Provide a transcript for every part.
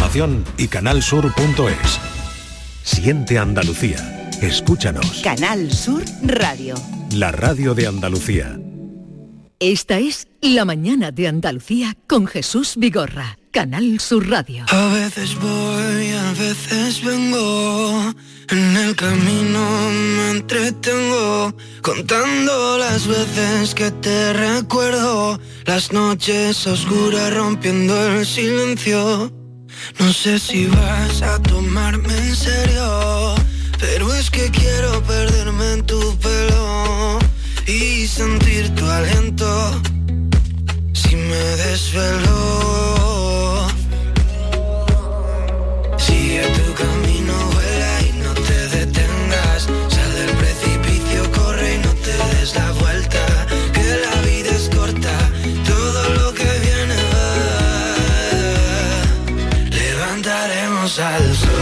información y canalsur.es. Siente Andalucía. Escúchanos. Canal Sur Radio. La radio de Andalucía. Esta es La Mañana de Andalucía con Jesús Vigorra. Canal Sur Radio. A veces voy, a veces vengo. En el camino me entretengo, contando las veces que te recuerdo. Las noches oscuras rompiendo el silencio. No sé si vas a tomarme en serio, pero es que quiero perderme en tu pelo y sentir tu aliento si me desvelo. Sigue tu camino, vuela y no te detengas. Sal del precipicio, corre y no te des la vuelta. Que la vida es corta, todo lo que viene va. Levantaremos al sol.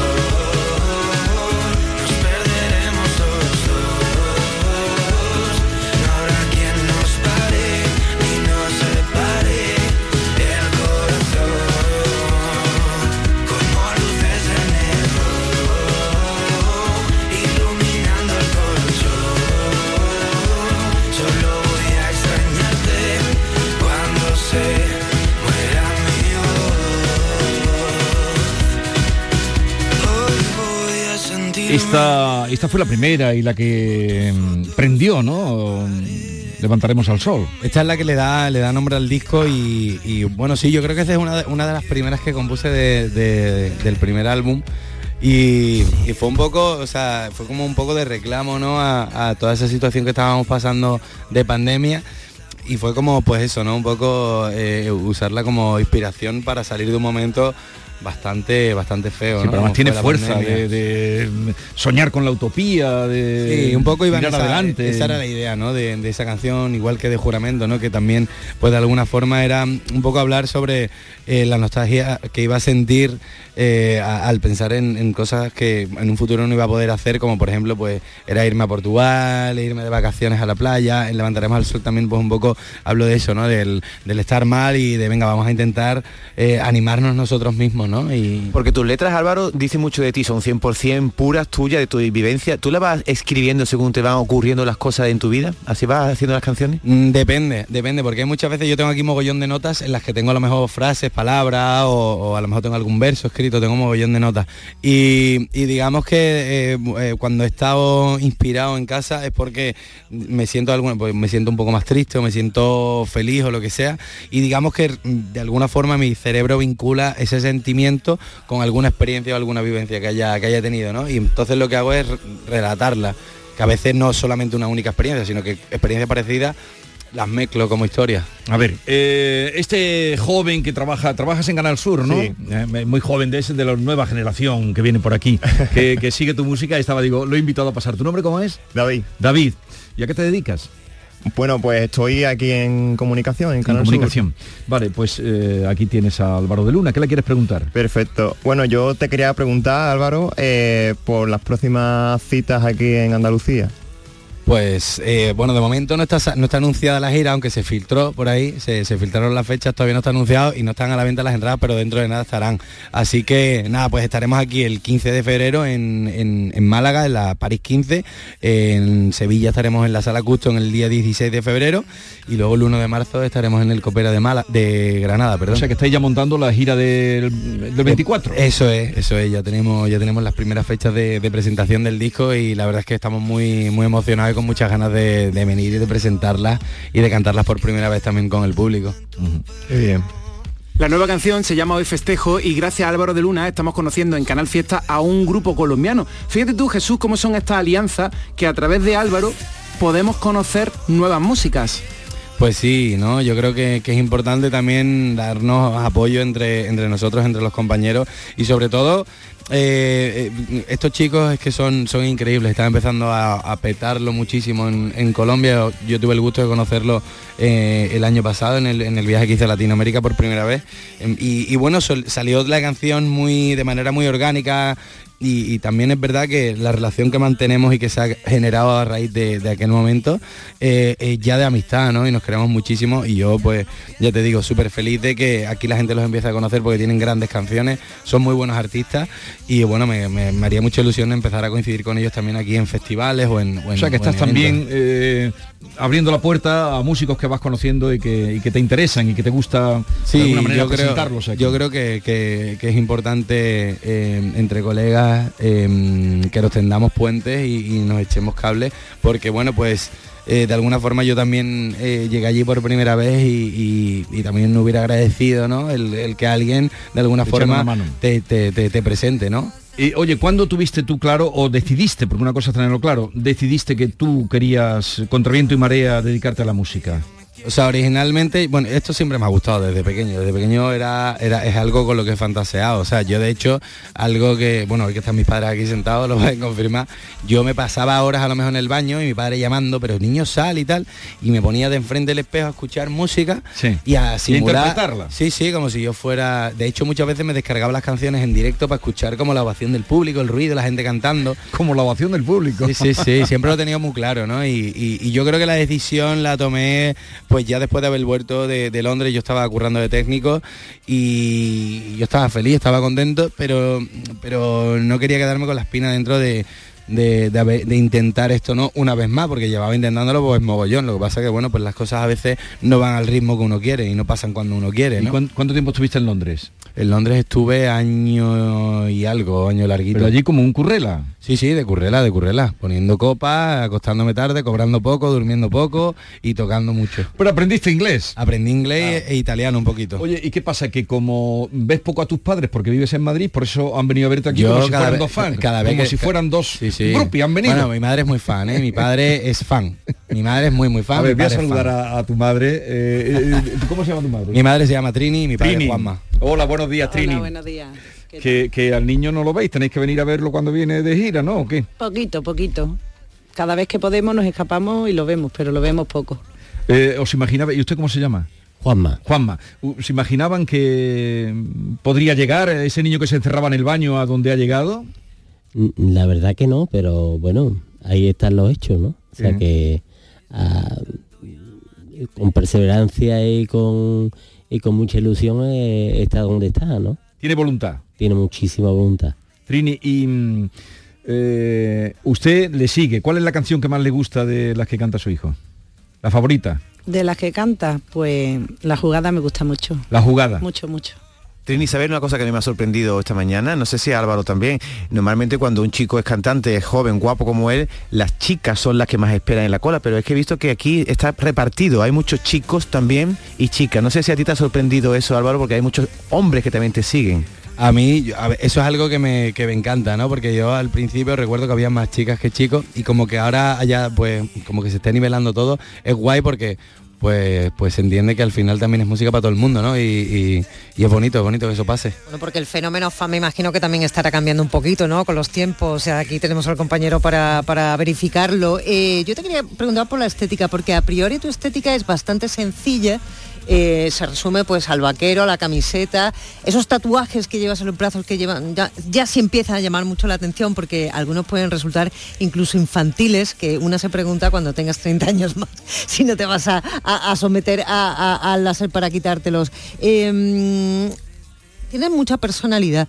Esta fue la primera y la que prendió, ¿no? Levantaremos al sol. Esta es la que le da nombre al disco y bueno, sí, yo creo que esta es una de las primeras que compuse del primer álbum. Y fue un poco, o sea, fue como un poco de reclamo, ¿no? A toda esa situación que estábamos pasando de pandemia. Y fue como, pues eso, ¿no? Un poco usarla como inspiración para salir de un momento bastante feo, sí, ¿no? pero además tiene fuerza de soñar con la utopía, de sí, un poco iban adelante. Esa era la idea, ¿no? De esa canción, igual que de Juramento, ¿no? Que también, pues de alguna forma era un poco hablar sobre la nostalgia que iba a sentir al pensar en cosas que en un futuro no iba a poder hacer, como por ejemplo, pues era irme a Portugal, irme de vacaciones a la playa. En Levantaremos al Sol también, pues un poco hablo de eso, ¿no? Del estar mal y de venga, vamos a intentar animarnos nosotros mismos, ¿no? Y porque tus letras, Álvaro, dicen mucho de ti, son 100% puras tuyas, de tu vivencia. ¿Tú las vas escribiendo según te van ocurriendo las cosas en tu vida? ¿Así vas haciendo las canciones? Depende, porque hay muchas veces yo tengo aquí mogollón de notas en las que tengo a lo mejor frases, palabras o a lo mejor tengo algún verso escrito, tengo mogollón de notas. Y digamos que cuando he estado inspirado en casa es porque me siento un poco más triste o me siento feliz o lo que sea. Y digamos que de alguna forma mi cerebro vincula ese sentimiento con alguna experiencia o alguna vivencia que haya tenido, ¿no? Y entonces lo que hago es relatarla, que a veces no es solamente una única experiencia, sino que experiencias parecidas las mezclo como historias. A ver, este joven que trabajas en Canal Sur, ¿no? Sí. Muy joven, de la nueva generación que viene por aquí, que sigue tu música, lo he invitado a pasar. ¿Tu nombre cómo es? David. David. ¿Y a qué te dedicas? Bueno, pues estoy aquí en comunicación, en Canal Comunicación. Sur. Vale, pues aquí tienes a Álvaro de Luna. ¿Qué le quieres preguntar? Perfecto. Bueno, yo te quería preguntar, Álvaro, por las próximas citas aquí en Andalucía. Pues bueno, de momento no está anunciada la gira, aunque se filtró por ahí, se filtraron las fechas, todavía no está anunciado y no están a la venta las entradas, pero dentro de nada estarán. Así que nada, pues estaremos aquí el 15 de febrero en Málaga, en la París 15, en Sevilla estaremos en la Sala Custom el día 16 de febrero y luego el 1 de marzo estaremos en el Copera de Granada, perdón. O sea que estáis ya montando la gira del 24. Eso es, ya tenemos las primeras fechas de presentación del disco y la verdad es que estamos muy emocionados, con muchas ganas de venir y de presentarlas y de cantarlas por primera vez también con el público. Qué bien. La nueva canción se llama Hoy Festejo y gracias a Álvaro de Luna estamos conociendo en Canal Fiesta a un grupo colombiano. Fíjate tú, Jesús, cómo son estas alianzas que a través de Álvaro podemos conocer nuevas músicas. Pues sí, ¿no? Yo creo que es importante también darnos apoyo entre nosotros, entre los compañeros y sobre todo estos chicos es que son increíbles, están empezando a petarlo muchísimo en Colombia. Yo tuve el gusto de conocerlo el año pasado en el viaje que hice a Latinoamérica por primera vez y bueno, salió la canción de manera muy orgánica y también es verdad que la relación que mantenemos y que se ha generado a raíz de aquel momento, ya de amistad, ¿no? Y nos queremos muchísimo y yo pues ya te digo, súper feliz de que aquí la gente los empiece a conocer porque tienen grandes canciones, son muy buenos artistas y bueno, me haría mucha ilusión empezar a coincidir con ellos también aquí en festivales o sea que estás también abriendo la puerta a músicos que vas conociendo y que te interesan y que te gusta de alguna manera presentarlos aquí. Yo creo que es importante entre colegas que nos tendamos puentes y nos echemos cables, porque bueno, pues de alguna forma yo también llegué allí por primera vez y también me hubiera agradecido, ¿no? El que alguien de alguna forma te presente, ¿no? Y oye, ¿cuándo tuviste tú claro o decidiste, porque una cosa es tenerlo claro, decidiste que tú querías, contra viento y marea, dedicarte a la música? O sea, originalmente, bueno, esto siempre me ha gustado desde pequeño. Desde pequeño es algo con lo que he fantaseado. O sea, yo de hecho, algo que, bueno, hoy que están mis padres aquí sentados, lo pueden confirmar. Yo me pasaba horas a lo mejor en el baño y mi padre llamando, pero niño sal y tal, y me ponía de enfrente del espejo a escuchar música y a simular. ¿Y interpretarla? Sí, como si yo fuera. De hecho, muchas veces me descargaba las canciones en directo para escuchar como la ovación del público, el ruido, la gente cantando. Como la ovación del público. Sí, siempre lo he tenido muy claro, ¿no? Y yo creo que la decisión la tomé. Pues ya después de haber vuelto de Londres, yo estaba currando de técnico y yo estaba feliz, estaba contento, pero no quería quedarme con la espina dentro de intentar esto, ¿no? Una vez más, porque llevaba intentándolo pues mogollón. Lo que pasa que bueno, pues las cosas a veces no van al ritmo que uno quiere y no pasan cuando uno quiere, ¿no? ¿Y cuánto tiempo estuviste en Londres? En Londres estuve año y algo, año larguito. Pero allí como un currela. Sí, de currela, poniendo copas, acostándome tarde, cobrando poco, durmiendo poco y tocando mucho. ¿Pero aprendiste inglés? Aprendí inglés e italiano un poquito. Oye, ¿y qué pasa? Que como ves poco a tus padres porque vives en Madrid, por eso han venido a verte aquí como si fueran dos fans. Como si fueran dos grupos, han venido. Bueno, mi madre es muy fan, mi padre es fan. Mi madre es muy fan. A ver, voy a saludar a tu madre. ¿Cómo se llama tu madre? Mi madre se llama Trini y mi padre es Juanma. Hola, buenos días, Trini. Hola, buenos días. Que al niño no lo veis, tenéis que venir a verlo cuando viene de gira, ¿no? ¿O qué? Poquito. Cada vez que podemos nos escapamos y lo vemos, pero lo vemos poco. ¿Os imaginaba? ¿Y usted cómo se llama? Juanma. ¿Se imaginaban que podría llegar ese niño que se encerraba en el baño a donde ha llegado? La verdad que no, pero bueno, ahí están los hechos, ¿no? O sea que con perseverancia y con mucha ilusión está donde está, ¿no? ¿Tiene voluntad? Tiene muchísima voluntad. Trini, y usted le sigue. ¿Cuál es la canción que más le gusta de las que canta su hijo? ¿La favorita? De las que canta, pues La Jugada me gusta mucho. ¿La Jugada? Mucho. Trini, ¿sabes una cosa que a mí me ha sorprendido esta mañana? No sé si a Álvaro también. Normalmente cuando un chico es cantante, es joven, guapo como él, las chicas son las que más esperan en la cola, pero es que he visto que aquí está repartido. Hay muchos chicos también y chicas. No sé si a ti te ha sorprendido eso, Álvaro, porque hay muchos hombres que también te siguen. A mí, eso es algo que me encanta, ¿no? Porque yo al principio recuerdo que había más chicas que chicos y como que ahora allá, pues, como que se esté nivelando todo, es guay porque pues se entiende que al final también es música para todo el mundo, ¿no? Y es bonito que eso pase. Bueno, porque el fenómeno fan me imagino que también estará cambiando un poquito, ¿no? Con los tiempos, o sea, aquí tenemos al compañero para verificarlo. Yo te quería preguntar por la estética, porque a priori tu estética es bastante sencilla. Se resume pues al vaquero, a la camiseta, esos tatuajes que llevas en los brazos que llevan, ya sí empiezan a llamar mucho la atención porque algunos pueden resultar incluso infantiles, que una se pregunta cuando tengas 30 años más si no te vas a someter al láser para quitártelos. Tienes mucha personalidad.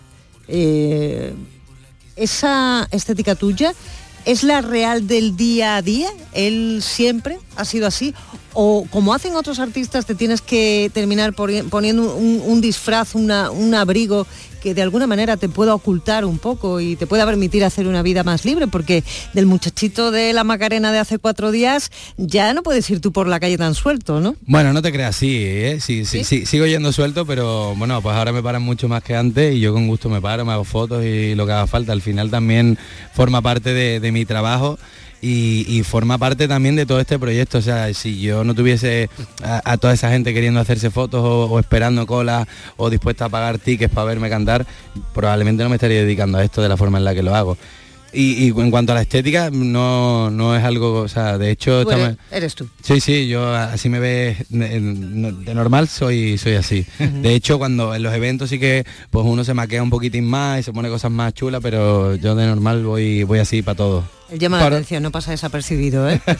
Esa estética tuya ¿es la real del día a día? ¿Él siempre ha sido así? ¿O como hacen otros artistas te tienes que terminar poniendo un disfraz, un abrigo que de alguna manera te pueda ocultar un poco y te pueda permitir hacer una vida más libre? Porque del muchachito de la Macarena de hace 4 días ya no puedes ir tú por la calle tan suelto, ¿no? Bueno, no te creas, sí, sigo yendo suelto, pero bueno, pues ahora me paran mucho más que antes y yo con gusto me paro, me hago fotos y lo que haga falta. Al final también forma parte de mi trabajo. Y forma parte también de todo este proyecto. O sea, si yo no tuviese a toda esa gente queriendo hacerse fotos o esperando cola o dispuesta a pagar tickets para verme cantar, probablemente no me estaría dedicando a esto de la forma en la que lo hago. Y en cuanto a la estética, no es algo, o sea, de hecho... Eres tú. Sí, yo así me ves, de normal soy así. De hecho, cuando en los eventos sí que pues uno se maquea un poquitín más y se pone cosas más chulas, pero yo de normal voy así para todo. El llama la atención, no pasa desapercibido, ¿eh?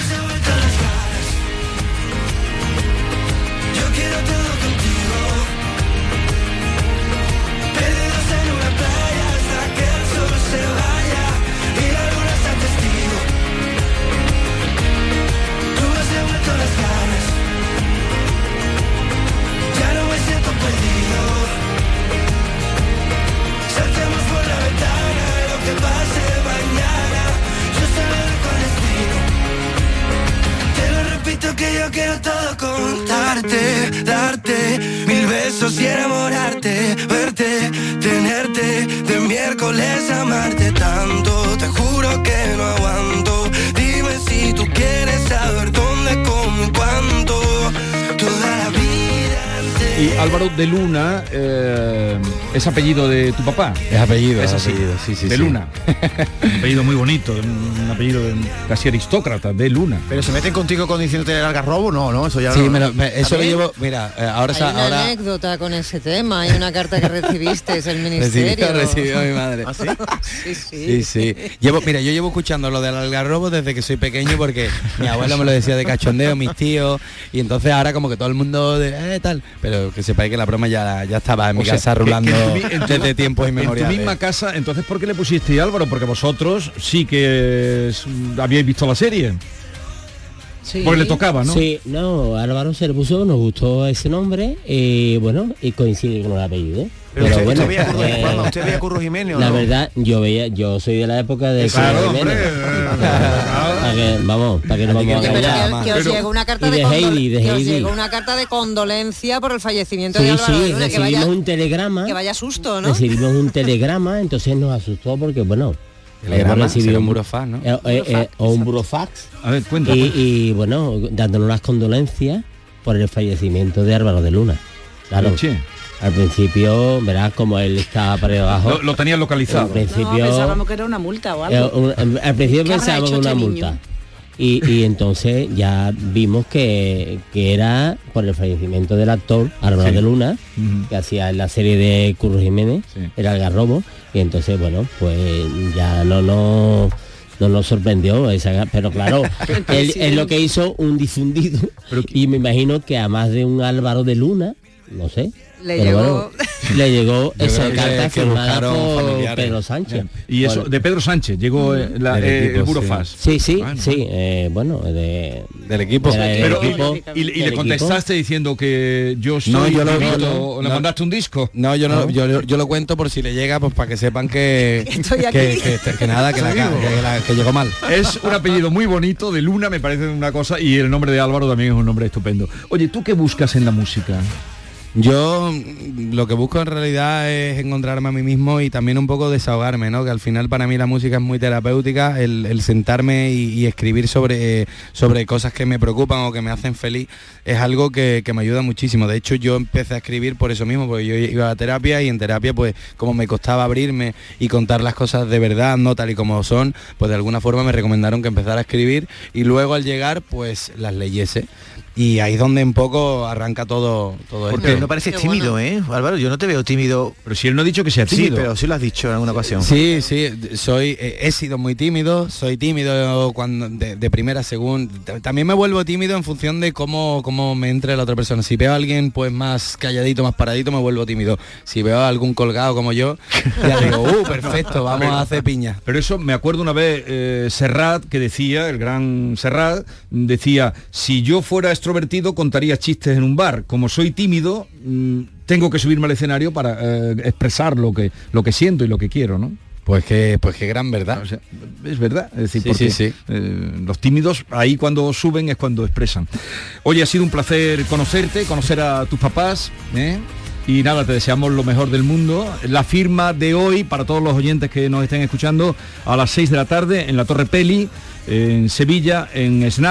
Que yo quiero todo contarte, darte 1000 besos y enamorarte, verte, tenerte, de miércoles amarte tanto, te juro que no aguanto. Dime si tú quieres saber dónde, cómo y cuánto, toda la vida entera. Y Álvaro de Luna es apellido de tu papá. Es apellido, es así, apellido, sí, de Luna. Un apellido muy bonito, un apellido casi aristócrata, de Luna. Pero se meten contigo con diciéndote el algarrobo, no, eso ya sí, no. Eso lo llevo, mira, ahora... Hay una anécdota con ese tema, hay una carta que recibiste del ministerio. Recibió mi madre. ¿Ah, sí? Sí. Yo llevo escuchando lo del algarrobo desde que soy pequeño porque mi abuelo me lo decía de cachondeo, mis tíos, y entonces ahora como que todo el mundo tal, pero que sepáis que la broma ya estaba en mi casa rulando desde tiempos inmemoriales. En tu misma casa, entonces ¿por qué le pusiste Álvaro? Porque vosotros sí que habíais visto la serie. Sí. Porque le tocaba, ¿no? Sí, no, Álvaro se le puso, nos gustó ese nombre y bueno, y coincide con el apellido. Pero usted veía Curro Jiménez, ¿o la no? verdad, yo soy de la época de claro, Curro Jiménez. Para que no vamos a engañar. Que os llegó una carta de Heidi. Os llegó una carta de condolencia por el fallecimiento de Álvaro de Luna. Recibimos un telegrama. Que vaya susto, ¿no? Recibimos un telegrama, entonces nos asustó porque, bueno, hemos recibido un burofax, ¿no? O un burofax. A ver, cuenta. Y bueno, dándonos las condolencias por el fallecimiento de Álvaro de Luna. Claro. Al principio, verás, como él estaba para abajo. Lo tenías localizado. Al principio, pensábamos que era una multa o algo. Al principio pensábamos que era una multa. Y entonces ya vimos que era por el fallecimiento del actor Álvaro de Luna, que hacía la serie de Curro Jiménez, era Algarrobo, y entonces, bueno, pues ya no nos sorprendió pero claro, él lo que hizo un difundido, y me imagino que a más de un Álvaro de Luna, no sé, le llegó esa carta firmada por Pedro Sánchez. Y eso, de Pedro Sánchez llegó el burofax. Sí, bueno, del equipo. Y le contestaste diciendo que yo soy le mandaste un disco. No, yo lo cuento por si le llega, pues para que sepan que que llegó mal. Es un apellido muy bonito, de Luna, me parece una cosa, y el nombre de Álvaro también es un nombre estupendo. Oye, ¿tú qué buscas en la música? Yo lo que busco en realidad es encontrarme a mí mismo y también un poco desahogarme, ¿no? Que al final para mí la música es muy terapéutica, el sentarme y escribir sobre cosas que me preocupan o que me hacen feliz es algo que me ayuda muchísimo. De hecho, yo empecé a escribir por eso mismo, porque yo iba a terapia y en terapia, pues como me costaba abrirme y contar las cosas de verdad, no tal y como son, pues de alguna forma me recomendaron que empezara a escribir y luego al llegar, pues las leyese. Y ahí es donde un poco arranca todo porque esto. no pareces tímido, Álvaro, yo no te veo tímido. Pero si él no ha dicho que sea tímido. Sí, pero sí lo has dicho en alguna ocasión. Sí, he sido muy tímido, soy tímido cuando de primera según. También me vuelvo tímido en función de cómo me entre la otra persona. Si veo a alguien pues más calladito, más paradito, me vuelvo tímido. Si veo a algún colgado como yo, ya digo, perfecto, vamos a hacer piña. Pero eso me acuerdo una vez, Serrat, que decía, el gran Serrat, decía, si yo fuera extrovertido contaría chistes en un bar. Como soy tímido, tengo que subirme al escenario para expresar lo que siento y lo que quiero, ¿no? Pues qué gran verdad. O sea, es verdad, es decir, porque los tímidos ahí cuando suben es cuando expresan. Oye, ha sido un placer conocerte, conocer a tus papás, y nada, te deseamos lo mejor del mundo. La firma de hoy, para todos los oyentes que nos estén escuchando, a las 6 de la tarde en la Torre Peli, en Sevilla, en SNAF,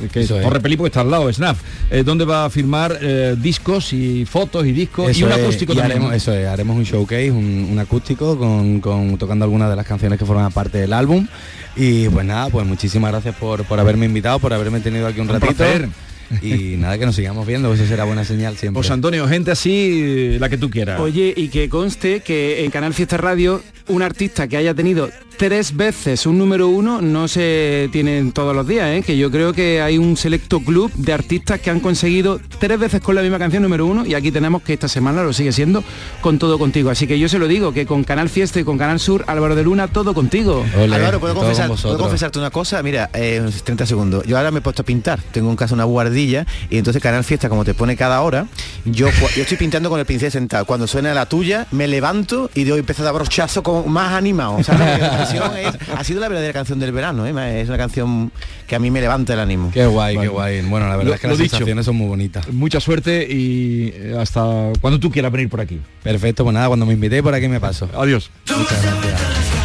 que Torre Película está al lado, Snaf, donde va a firmar discos y fotos y discos eso y un acústico también. Haremos un showcase, un acústico con tocando algunas de las canciones que forman parte del álbum. Y pues nada, pues muchísimas gracias por haberme invitado, por haberme tenido aquí un ratito. Placer. Y nada, que nos sigamos viendo, eso será buena señal siempre. Pues Antonio, gente así, la que tú quieras. Oye, y que conste que en Canal Fiesta Radio, un artista que haya tenido 3 veces un número 1 no se tienen todos los días, ¿eh? Que yo creo que hay un selecto club de artistas que han conseguido 3 veces con la misma canción número 1, y aquí tenemos que esta semana lo sigue siendo con Todo Contigo. Así que yo se lo digo, que con Canal Fiesta y con Canal Sur, Álvaro de Luna, todo contigo. Olé, Álvaro, ¿puedo confesarte una cosa? Mira, 30 segundos. Yo ahora me he puesto a pintar, tengo en casa una guardilla, y entonces Canal Fiesta, como te pone cada hora, yo estoy pintando con el pincel sentado. Cuando suena la tuya, me levanto y de hoy empiezo a dar brochazo con más animado. O sea, la canción ha sido la verdadera canción del verano, ¿eh? Es una canción que a mí me levanta el ánimo. Qué guay, qué guay. Bueno, la verdad es que las sensaciones son muy bonitas. Mucha suerte y hasta cuando tú quieras venir por aquí. Perfecto, pues nada, cuando me invitéis por aquí me paso. Adiós. Muchas gracias.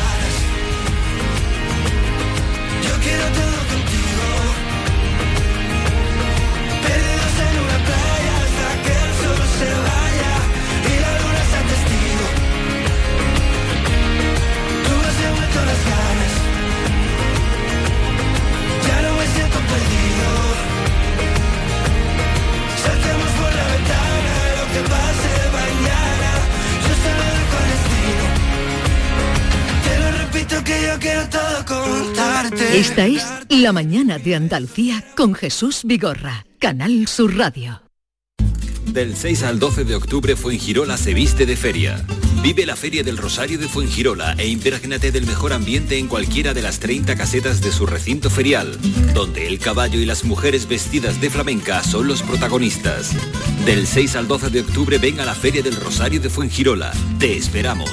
Esta es La Mañana de Andalucía con Jesús Vigorra, Canal Sur Radio. Del 6 al 12 de octubre Fuengirola se viste de feria. Vive la Feria del Rosario de Fuengirola e imprégnate del mejor ambiente en cualquiera de las 30 casetas de su recinto ferial, donde el caballo y las mujeres vestidas de flamenca son los protagonistas. Del 6 al 12 de octubre ven a la Feria del Rosario de Fuengirola. Te esperamos.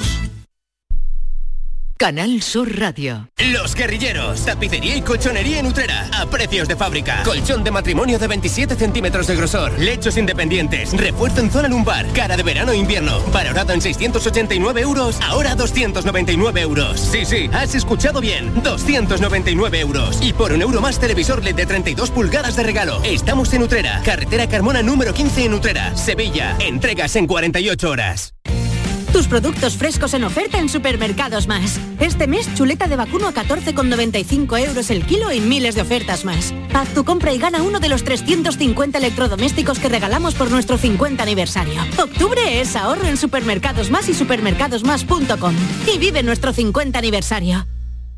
Canal Sur Radio. Los Guerrilleros, tapicería y colchonería en Utrera, a precios de fábrica. Colchón de matrimonio de 27 centímetros de grosor, lechos independientes, refuerzo en zona lumbar, cara de verano e invierno, valorado en 689 euros, ahora 299 euros. Sí, has escuchado bien, 299 euros. Y por €1 más televisor LED de 32 pulgadas de regalo. Estamos en Utrera, carretera Carmona número 15 en Utrera, Sevilla. Entregas en 48 horas. Tus productos frescos en oferta en Supermercados Más. Este mes, chuleta de vacuno a 14,95 euros el kilo y miles de ofertas más. Haz tu compra y gana uno de los 350 electrodomésticos que regalamos por nuestro 50 aniversario. Octubre es ahorro en Supermercados Más y supermercadosmás.com. Y vive nuestro 50 aniversario.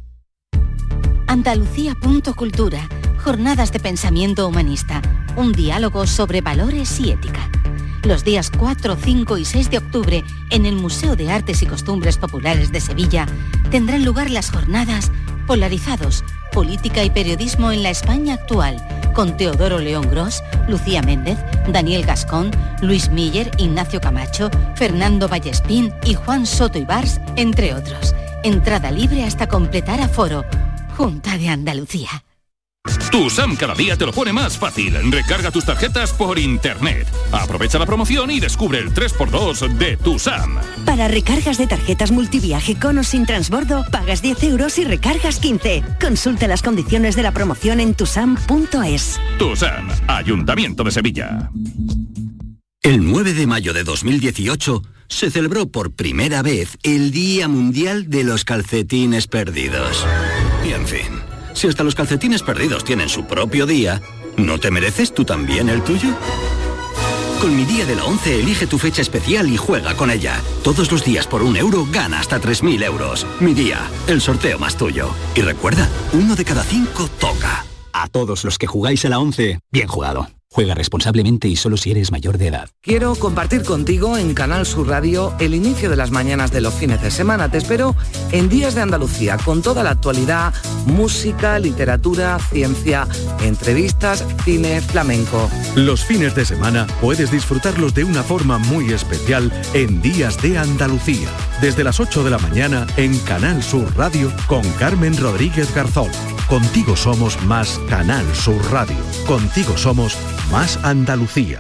Andalucía.cultura. Jornadas de pensamiento humanista. Un diálogo sobre valores y ética. Los días 4, 5 y 6 de octubre, en el Museo de Artes y Costumbres Populares de Sevilla, tendrán lugar las jornadas Polarizados, Política y Periodismo en la España Actual, con Teodoro León Gros, Lucía Méndez, Daniel Gascón, Luis Miller, Ignacio Camacho, Fernando Vallespín y Juan Soto Ibars, entre otros. Entrada libre hasta completar aforo. Junta de Andalucía. TUSAM cada día te lo pone más fácil. Recarga tus tarjetas por internet. Aprovecha la promoción y descubre el 3x2 de TUSAM. Para recargas de tarjetas multiviaje con o sin transbordo, pagas 10 euros y recargas 15. Consulta las condiciones de la promoción en tusam.es. TUSAM, Ayuntamiento de Sevilla. El 9 de mayo de 2018 se celebró por primera vez el Día Mundial de los Calcetines Perdidos. Y en fin, si hasta los calcetines perdidos tienen su propio día, ¿no te mereces tú también el tuyo? Con Mi Día de la 11 elige tu fecha especial y juega con ella. Todos los días por €1 gana hasta 3.000 euros. Mi Día, el sorteo más tuyo. Y recuerda, 1 de cada 5 toca. A todos los que jugáis a la 11, bien jugado. Juega responsablemente y solo si eres mayor de edad. Quiero compartir contigo en Canal Sur Radio el inicio de las mañanas de los fines de semana. Te espero en Días de Andalucía con toda la actualidad, música, literatura, ciencia, entrevistas, cine, flamenco. Los fines de semana puedes disfrutarlos de una forma muy especial en Días de Andalucía. Desde las 8 de la mañana en Canal Sur Radio con Carmen Rodríguez Garzón. Contigo somos más Canal Sur Radio. Contigo somos más Andalucía.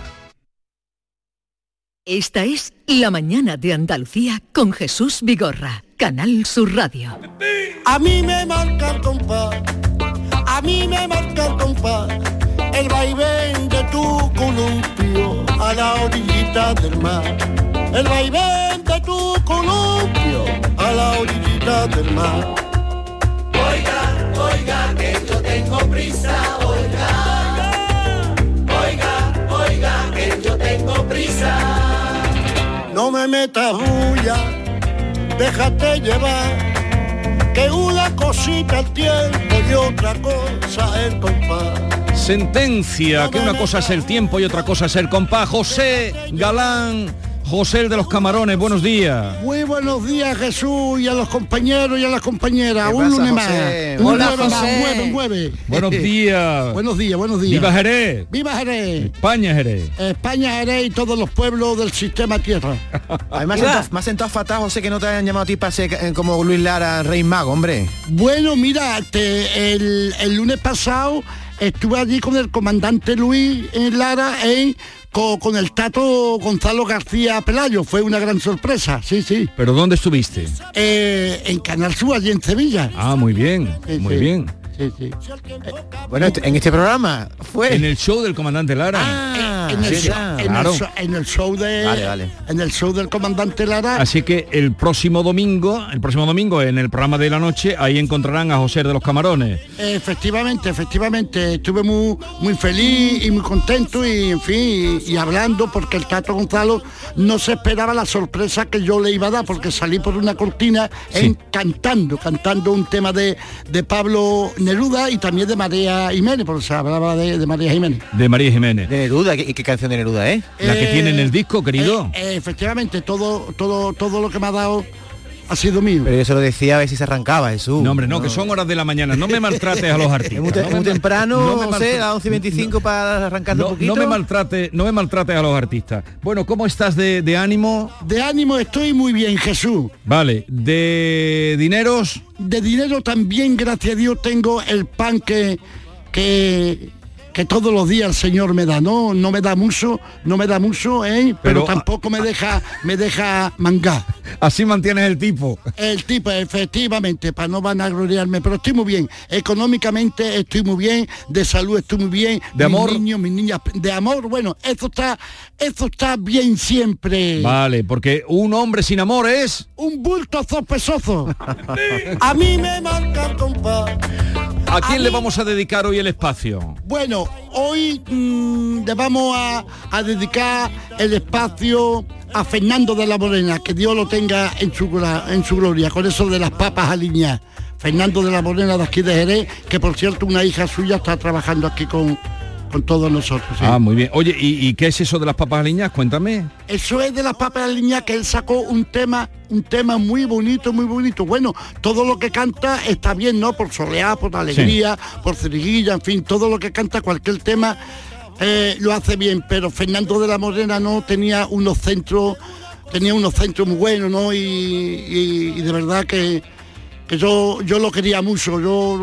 Esta es La Mañana de Andalucía con Jesús Vigorra, Canal Sur Radio. A mí me marca el compás, a mí me marca el compás, el vaivén de tu columpio a la orillita del mar. El vaivén de tu columpio a la orillita del mar. Oiga, oiga, que yo tengo prisa, oiga. Oiga, oiga, que yo tengo prisa. No me metas bulla, déjate llevar, que una cosita el tiempo y otra cosa el compás. Sentencia, que una cosa es el tiempo y otra cosa es el compás. José Galán, José el de los Camarones, buenos días. Muy buenos días, Jesús, y a los compañeros y a las compañeras. Un pasa, lunes José? más. Hola, Un José. un jueves. Buenos días. Buenos días, buenos días. ¡Viva Jerez! ¡Viva Jerez! España Jerez. España, Jerez y todos los pueblos del sistema tierra. Además, me has sentado fatal, José, que no te hayan llamado a ti para ser como Luis Lara, Rey Mago, hombre. Bueno, mira, el lunes pasado estuve allí con el comandante Luis Lara con el Tato Gonzalo García Pelayo. Fue una gran sorpresa, sí, sí. ¿Pero dónde estuviste? En Canal Sur, allí en Sevilla. Ah, muy bien, muy bien. Sí, sí. Bueno, en este programa fue... En el show del comandante Lara. En el show de... Vale. En el show del comandante Lara. Así que el próximo domingo, en el programa de la noche, ahí encontrarán a José de los Camarones. Efectivamente. Estuve muy feliz y muy contento y, en fin, y hablando, porque el Tato Gonzalo no se esperaba la sorpresa que yo le iba a dar, porque salí por una cortina cantando un tema de Pablo Neruda y también de María Jiménez, porque se hablaba de María Jiménez. De María Jiménez. De Neruda, ¿qué canción de Neruda, La que tiene en el disco, querido. Efectivamente, todo lo que me ha dado ha sido mío. Pero yo se lo decía a ver si se arrancaba, Jesús. No, hombre, no, que son horas de la mañana. No me maltrates a los artistas. Es muy temprano, no sé, a 11:25 para arrancar un poquito. No me maltrates a los artistas. Bueno, ¿cómo estás de ánimo? De ánimo estoy muy bien, Jesús. Vale, ¿de dineros? De dinero también, gracias a Dios, tengo el pan que todos los días el Señor me da, no me da mucho, pero tampoco me deja mangar. Así mantienes el tipo. El tipo, efectivamente, para no vanagloriarme, pero estoy muy bien. Económicamente estoy muy bien, de salud estoy muy bien. ¿De amor? Mis niños, mis niñas, de amor, bueno, eso está bien siempre. Vale, porque un hombre sin amor es... un bulto sospechoso. A mí me marca el compás. ¿A quién le vamos a dedicar hoy el espacio? Bueno, hoy le vamos a dedicar el espacio a Fernando de la Morena, que Dios lo tenga en su gloria, con eso de las papas aliñadas. Fernando de la Morena, de aquí de Jerez, que por cierto una hija suya está trabajando aquí con todos nosotros. ¿Sí? Ah, muy bien. Oye, ¿y qué es eso de las papas aliñadas? Cuéntame. Eso es de las papas aliñadas, que él sacó un tema muy bonito, muy bonito. Bueno, todo lo que canta está bien, ¿no? Por soleá, por alegría, sí, por ceriguilla, en fin, todo lo que canta, cualquier tema lo hace bien, pero Fernando de la Morena no tenía unos centros muy buenos, ¿no? Y de verdad que yo lo quería mucho,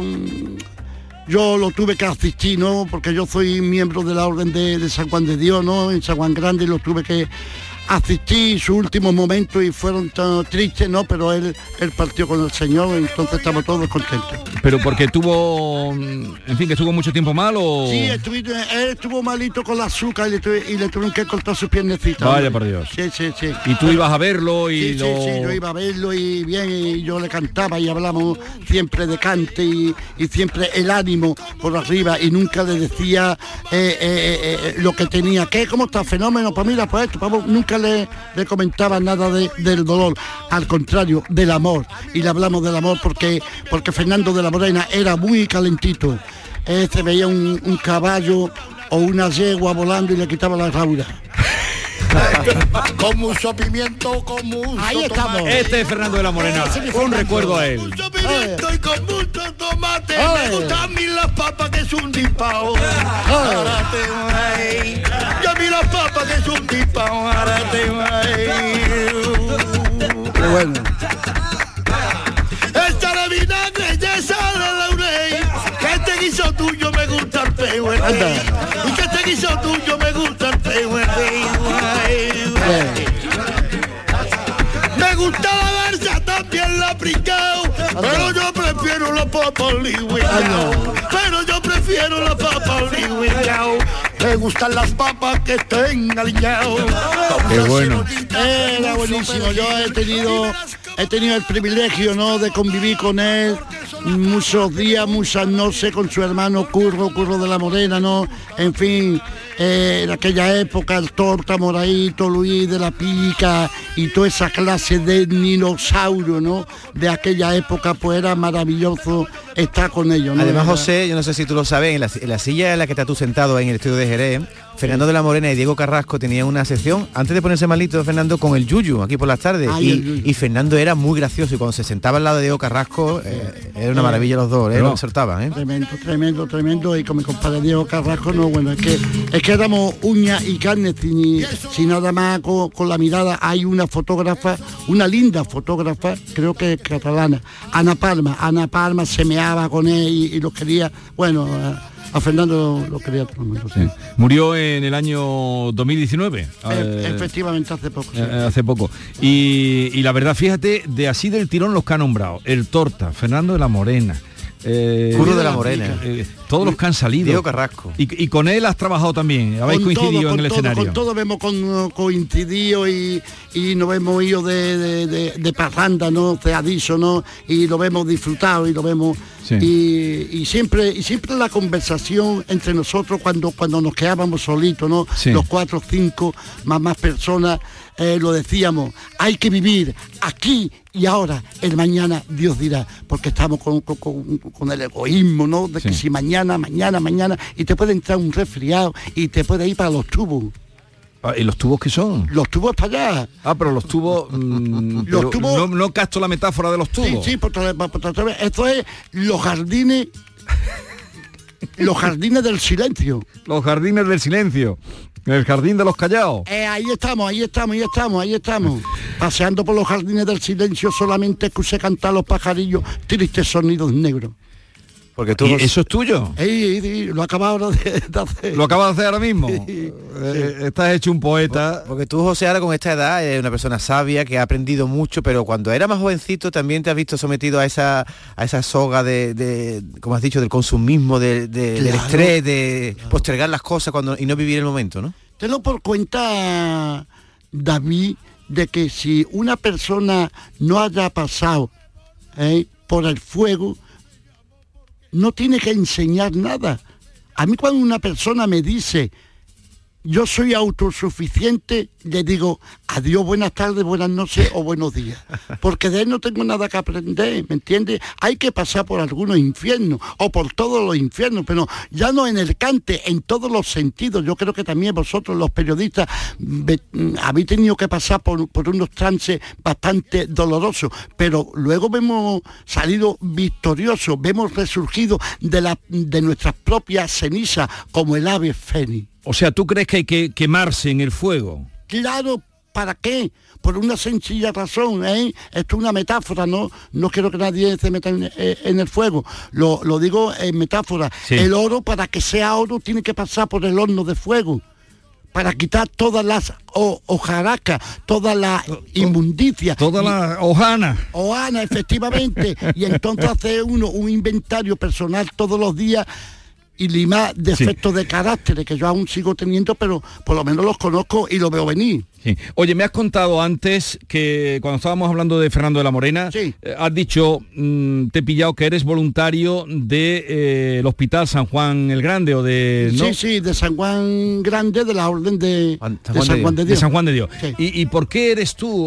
yo lo tuve que asistir, ¿no? Porque yo soy miembro de la Orden de San Juan de Dios, ¿no? En San Juan Grande, y lo tuve que asistir sus últimos momentos y fueron tan tristes, ¿no? Pero él partió con el Señor, entonces estamos todos contentos. ¿Pero porque que estuvo mucho tiempo mal o...? Sí, él estuvo malito con la azúcar y le tuvieron que cortar sus piernecitas. Vaya, por Dios. Sí. ¿Y tú ibas a verlo? Sí, yo iba a verlo y bien, y yo le cantaba y hablamos siempre de cante y siempre el ánimo por arriba, y nunca le decía lo que tenía. ¿Cómo está? Fenómeno, pues mira, pues esto, vamos, nunca le comentaba nada del dolor, al contrario, del amor, y le hablamos del amor porque Fernando de la Morena era muy calentito. Se veía un caballo o una yegua volando y le quitaba la raura. Con mucho pimiento, con mucho Ahí estamos. Tomate. Este es Fernando de la Morena. Un recuerdo a él. Con mucho pimiento y con mucho tomate. Me gustan a mí las papas que es un dispao. Yo a mí las papas que es un dispao. Qué bueno. Esta la vinagre ya sale laurel. Que este guiso tuyo me gusta el peo. Y que este guiso tuyo me gusta el peo. Me gusta la versa, también la pringao, pero yo prefiero la papa ligüe. Pero yo prefiero la papa ligüe. gustan las papas que estén aliñados. Qué bueno. Era buenísimo. Yo he tenido el privilegio, ¿no?, de convivir con él muchos días, muchas noches, con su hermano Curro de la Morena, ¿no? En fin, en aquella época, el Torta, Moraito, Luis de la Pica y toda esa clase de dinosaurio, ¿no?, de aquella época, pues era maravilloso estar con ellos, ¿no? Además, José, yo no sé si tú lo sabes, en la silla en la que estás tú sentado en el estudio de Jerez, Fernando de la Morena y Diego Carrasco tenían una sección, antes de ponerse malito, Fernando, con el Yuyu, aquí por las tardes. Y Fernando era muy gracioso, y cuando se sentaba al lado de Diego Carrasco, era una maravilla los dos, lo soltaban, Tremendo, y con mi compadre Diego Carrasco, no, bueno, es que éramos uñas y carne, sin nada más con la mirada. Hay una fotógrafa, una linda fotógrafa, creo que es catalana, Ana Palma se meaba con él y los quería, bueno, a Fernando lo quería todo el mundo. Sí. Murió en el año 2019. Efectivamente, hace poco. Sí. Hace poco. Y la verdad, fíjate, de así del tirón los que han nombrado, el Torta, Fernando de la Morena, Curro de la Morena, todos los que han salido. Diego Carrasco. Y con él has trabajado también, habéis coincidido en el escenario. Con todo hemos coincidido y nos hemos ido de parranda, ¿no?, ceadizo, ¿no?, y lo hemos disfrutado y lo vemos. Sí. Y siempre la conversación entre nosotros cuando nos quedábamos solitos, ¿no? Sí. Los 4 o 5 más personas, lo decíamos, hay que vivir aquí y ahora, el mañana Dios dirá, porque estamos con el egoísmo, ¿no?, de que si mañana, y te puede entrar un resfriado y te puede ir para los tubos. ¿Y los tubos qué son? Los tubos para allá. Pero los tubos... los tubos... No capto la metáfora de los tubos. Sí, esto es los jardines... los jardines del silencio. Los jardines del silencio. El jardín de los callados. Ahí estamos. Paseando por los jardines del silencio, solamente escuché cantar los pajarillos, tristes sonidos negros. Porque tú... ¿Y eso es tuyo? Lo acabas de hacer. ¿Lo acabas de hacer ahora mismo? Sí. Estás hecho un poeta. Porque tú, José, ahora con esta edad eres una persona sabia que ha aprendido mucho, pero cuando era más jovencito también te has visto sometido a esa soga de como has dicho, del consumismo, del estrés, de postergar las cosas y no vivir el momento, ¿no? Tenlo por cuenta, David, de que si una persona no haya pasado por el fuego, no tiene que enseñar nada. A mí cuando una persona me dice, yo soy autosuficiente, le digo, adiós, buenas tardes, buenas noches o buenos días. Porque de él no tengo nada que aprender, ¿me entiendes? Hay que pasar por algunos infiernos, o por todos los infiernos, pero ya no en el cante, en todos los sentidos. Yo creo que también vosotros, los periodistas, habéis tenido que pasar por unos trances bastante dolorosos, pero luego hemos salido victoriosos, hemos resurgido de nuestras propias cenizas, como el ave fénix. O sea, ¿tú crees que hay que quemarse en el fuego? Claro, ¿para qué? Por una sencilla razón, Esto es una metáfora, no quiero que nadie se meta en el fuego. Lo digo en metáfora. Sí. El oro, para que sea oro, tiene que pasar por el horno de fuego, para quitar todas las hojarascas, toda la inmundicia. Toda la hojana. Hojana, efectivamente. Y entonces hace uno un inventario personal todos los días y limar defectos de carácter que yo aún sigo teniendo, pero por lo menos los conozco y los veo venir. Sí. Oye, me has contado antes que cuando estábamos hablando de Fernando de la Morena, has dicho, te he pillado que eres voluntario del Hospital San Juan el Grande, o de... ¿no? Sí, de San Juan Grande, de la Orden de San Juan de Dios. De San Juan de Dios. Sí. ¿Y por qué eres tú...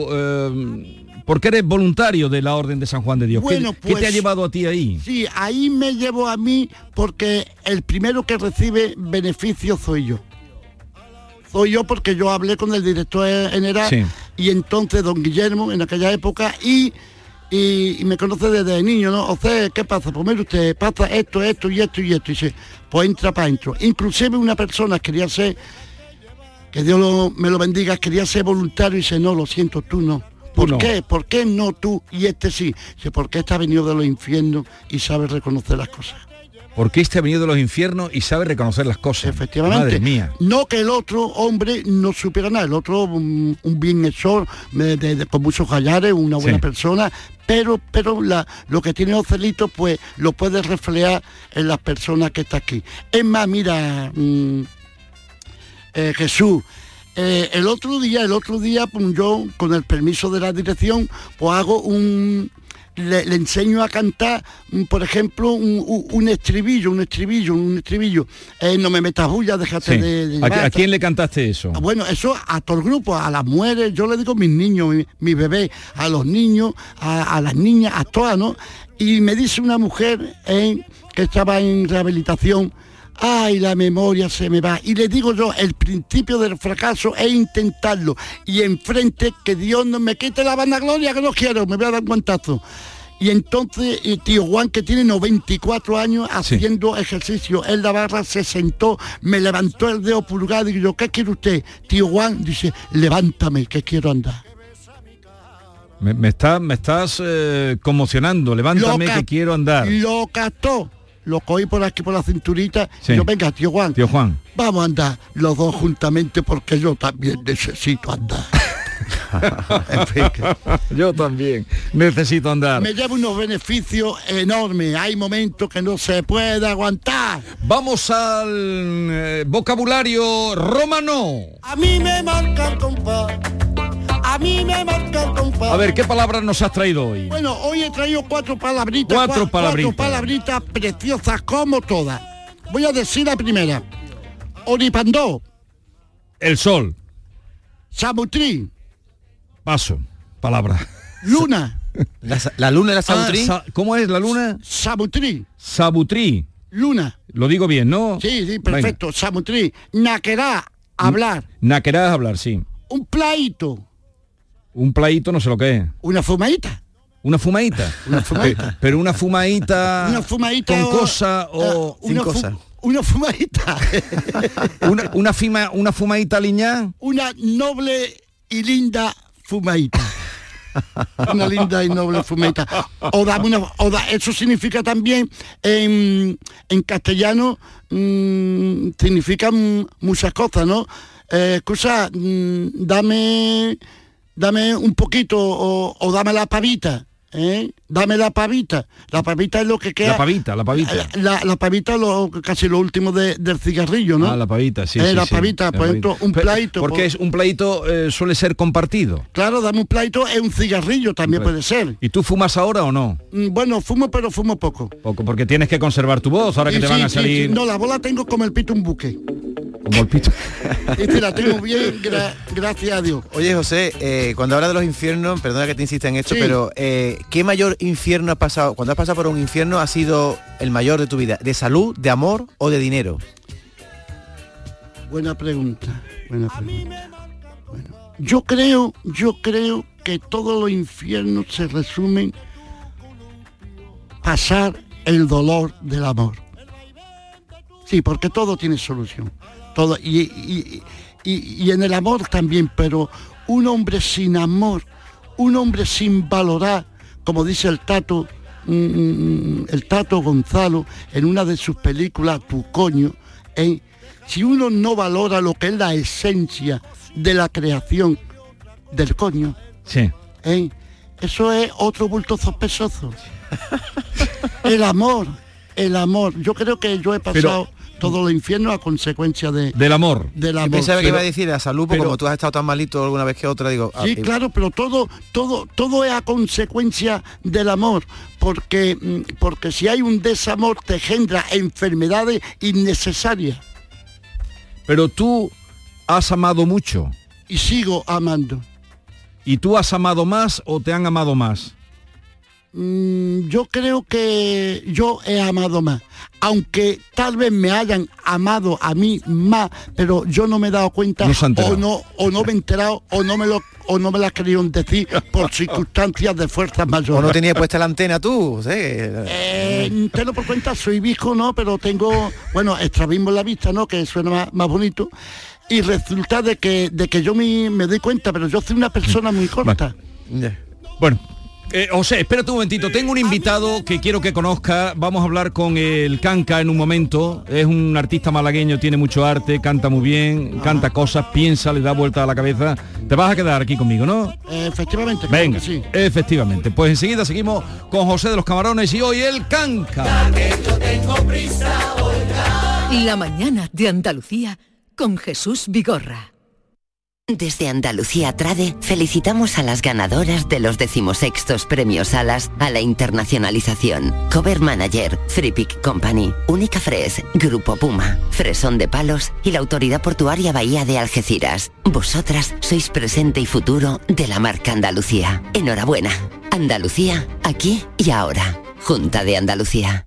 ¿Por qué eres voluntario de la Orden de San Juan de Dios? Bueno, ¿Qué te ha llevado a ti ahí? Sí, ahí me llevo a mí porque el primero que recibe beneficio soy yo. Soy yo porque yo hablé con el director general y entonces don Guillermo en aquella época y me conoce desde niño, ¿no? O sea, ¿qué pasa? Pues mire usted, pasa esto y dice, pues entra para adentro. Inclusive una persona quería ser, que Dios me lo bendiga, quería ser voluntario y dice, no, lo siento, tú no. ¿Por qué? ¿Por qué no tú y este sí? Porque este ha venido de los infiernos y sabe reconocer las cosas. Porque este ha venido de los infiernos y sabe reconocer las cosas. Efectivamente. Madre mía. No que el otro hombre no supiera nada. El otro, un bienhechor, con muchos gallares, una buena persona, pero lo que tiene Joselito, pues lo puede reflejar en las personas que está aquí. Es más, mira... Jesús. El otro día, pues yo, con el permiso de la dirección, pues hago le enseño a cantar, por ejemplo, un estribillo. No me metas bulla, déjate de llevar. ¿A quién le cantaste eso? Bueno, eso a todo el grupo, a las mujeres, yo le digo mis niños, mi bebé, a los niños, a las niñas, a todas, ¿no? Y me dice una mujer que estaba en rehabilitación, ay, la memoria se me va. Y le digo yo, el principio del fracaso es intentarlo. Y enfrente, que Dios no me quite la vanagloria, que no quiero, me voy a dar un guantazo. Y entonces tío Juan, que tiene 94 años, haciendo ejercicio en la barra, se sentó, me levantó el dedo pulgar y digo, ¿qué quiere usted? Tío Juan dice, levántame, que quiero andar. Me estás conmocionando, levántame, que quiero andar. Lo captó. Lo cogí por aquí por la cinturita y yo, venga, tío Juan, vamos a andar los dos juntamente porque yo también necesito andar. Yo también necesito andar. Me lleva unos beneficios enormes. Hay momentos que no se puede aguantar. Vamos al vocabulario romano. A mí me marca el compás. A mí me marca el compás. A ver, ¿qué palabras nos has traído hoy? Bueno, hoy he traído cuatro palabritas. Cuatro palabritas preciosas como todas. Voy a decir la primera. Oripandó. El sol. Samutrí. Paso. Palabra. Luna. ¿La luna era Sabutrí? ¿Cómo es la luna? Sabutrí. Sabutrí. Luna. Lo digo bien, ¿no? Sí, perfecto. Venga. Samutrí. Naquerá. Hablar. Naquerá, hablar, sí. Un plaito. Un plaito, no sé lo que es. Una fumadita. Una fumadita. Una fumadita. Pero una fumadita. Una fumadita con cosa o sin cosa. Una fumadita. una fumadita liñá. Una noble y linda fumadita. Una linda y noble fumadita. Eso significa también en castellano, significa muchas cosas, ¿no? Escucha, dame un poquito o dame la pavita. Dame la pavita. La pavita es lo que queda. La pavita. La pavita casi lo último del cigarrillo, ¿no? La pavita, sí. La pavita, por ejemplo, un plaito. Porque es un plaito suele ser compartido. Claro, dame un plaito, es un cigarrillo, también puede ser. ¿Y tú fumas ahora o no? Bueno, fumo, pero fumo poco. Poco, porque tienes que conservar tu voz, ahora que te van a salir. No, la voz la tengo como el pito un buque. Como el pito. La tengo bien, gracias a Dios. Oye, José, cuando hablas de los infiernos, perdona que te insista en esto, pero ¿qué mayor infierno has pasado? Cuando has pasado por un infierno, ¿ha sido el mayor de tu vida? ¿De salud, de amor o de dinero? Buena pregunta. Bueno, yo creo que todos los infiernos se resumen pasar el dolor del amor. Sí, porque todo tiene solución. Todo, y en el amor también, pero un hombre sin amor, un hombre sin valorar, como dice el Tato Gonzalo en una de sus películas, Tu coño, si uno no valora lo que es la esencia de la creación del coño, eso es otro bulto sospechoso. El amor, yo creo que yo he pasado todo el infierno a consecuencia del amor. Del amor. Pensaba que iba a decir a salud, porque como tú has estado tan malito alguna vez que otra, digo... Sí, claro, pero todo es a consecuencia del amor, porque si hay un desamor te engendra enfermedades innecesarias. Pero tú has amado mucho. Y sigo amando. ¿Y tú has amado más o te han amado más? Yo creo que yo he amado más, aunque tal vez me hayan amado a mí más, pero yo no me he dado cuenta, o no me he enterado, o no me la querían decir por circunstancias de fuerzas mayores. ¿O no tenía puesta la antena tú? ¿Sí? Tengo por cuenta, soy viejo, ¿no? Pero tengo, estrabismo en la vista, ¿no? Que suena más bonito. Y resulta de que yo me doy cuenta, pero yo soy una persona muy corta. Bueno. José, espérate un momentito, tengo un invitado que quiero que conozca, vamos a hablar con el Canca en un momento, es un artista malagueño, tiene mucho arte, canta muy bien, canta cosas, piensa, le da vuelta a la cabeza, te vas a quedar aquí conmigo, ¿no? Efectivamente. Venga, sí. Efectivamente, pues enseguida seguimos con José de los Camarones y hoy el Canca. La mañana de Andalucía con Jesús Vigorra. Desde Andalucía Trade felicitamos a las ganadoras de los 16º Premios Alas a la internacionalización. Cover Manager, Free Pick Company, Única Fres, Grupo Puma, Fresón de Palos y la Autoridad Portuaria Bahía de Algeciras. Vosotras sois presente y futuro de la marca Andalucía. Enhorabuena. Andalucía, aquí y ahora. Junta de Andalucía.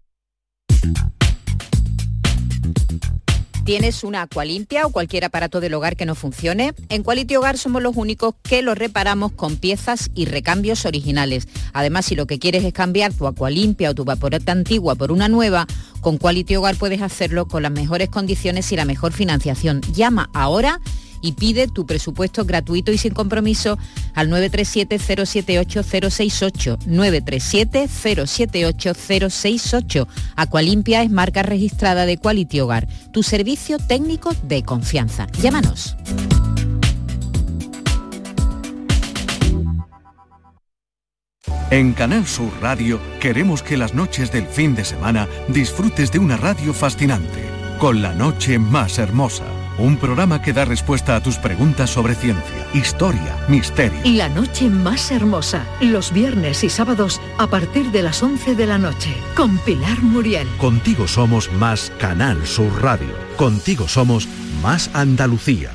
¿Tienes una Aqualimpia o cualquier aparato del hogar que no funcione? En Quality Hogar somos los únicos que lo reparamos con piezas y recambios originales. Además, si lo que quieres es cambiar tu Aqualimpia o tu vaporeta antigua por una nueva, con Quality Hogar puedes hacerlo con las mejores condiciones y la mejor financiación. Llama ahora y pide tu presupuesto gratuito y sin compromiso al 937-078-068, 937-078-068. Aqualimpia es marca registrada de Quality Hogar, tu servicio técnico de confianza. Llámanos. En Canal Sur Radio queremos que las noches del fin de semana disfrutes de una radio fascinante, con La Noche Más Hermosa. Un programa que da respuesta a tus preguntas sobre ciencia, historia, misterio. La Noche Más Hermosa, los viernes y sábados a partir de las 11 de la noche, con Pilar Muriel. Contigo somos más Canal Sur Radio. Contigo somos más Andalucía.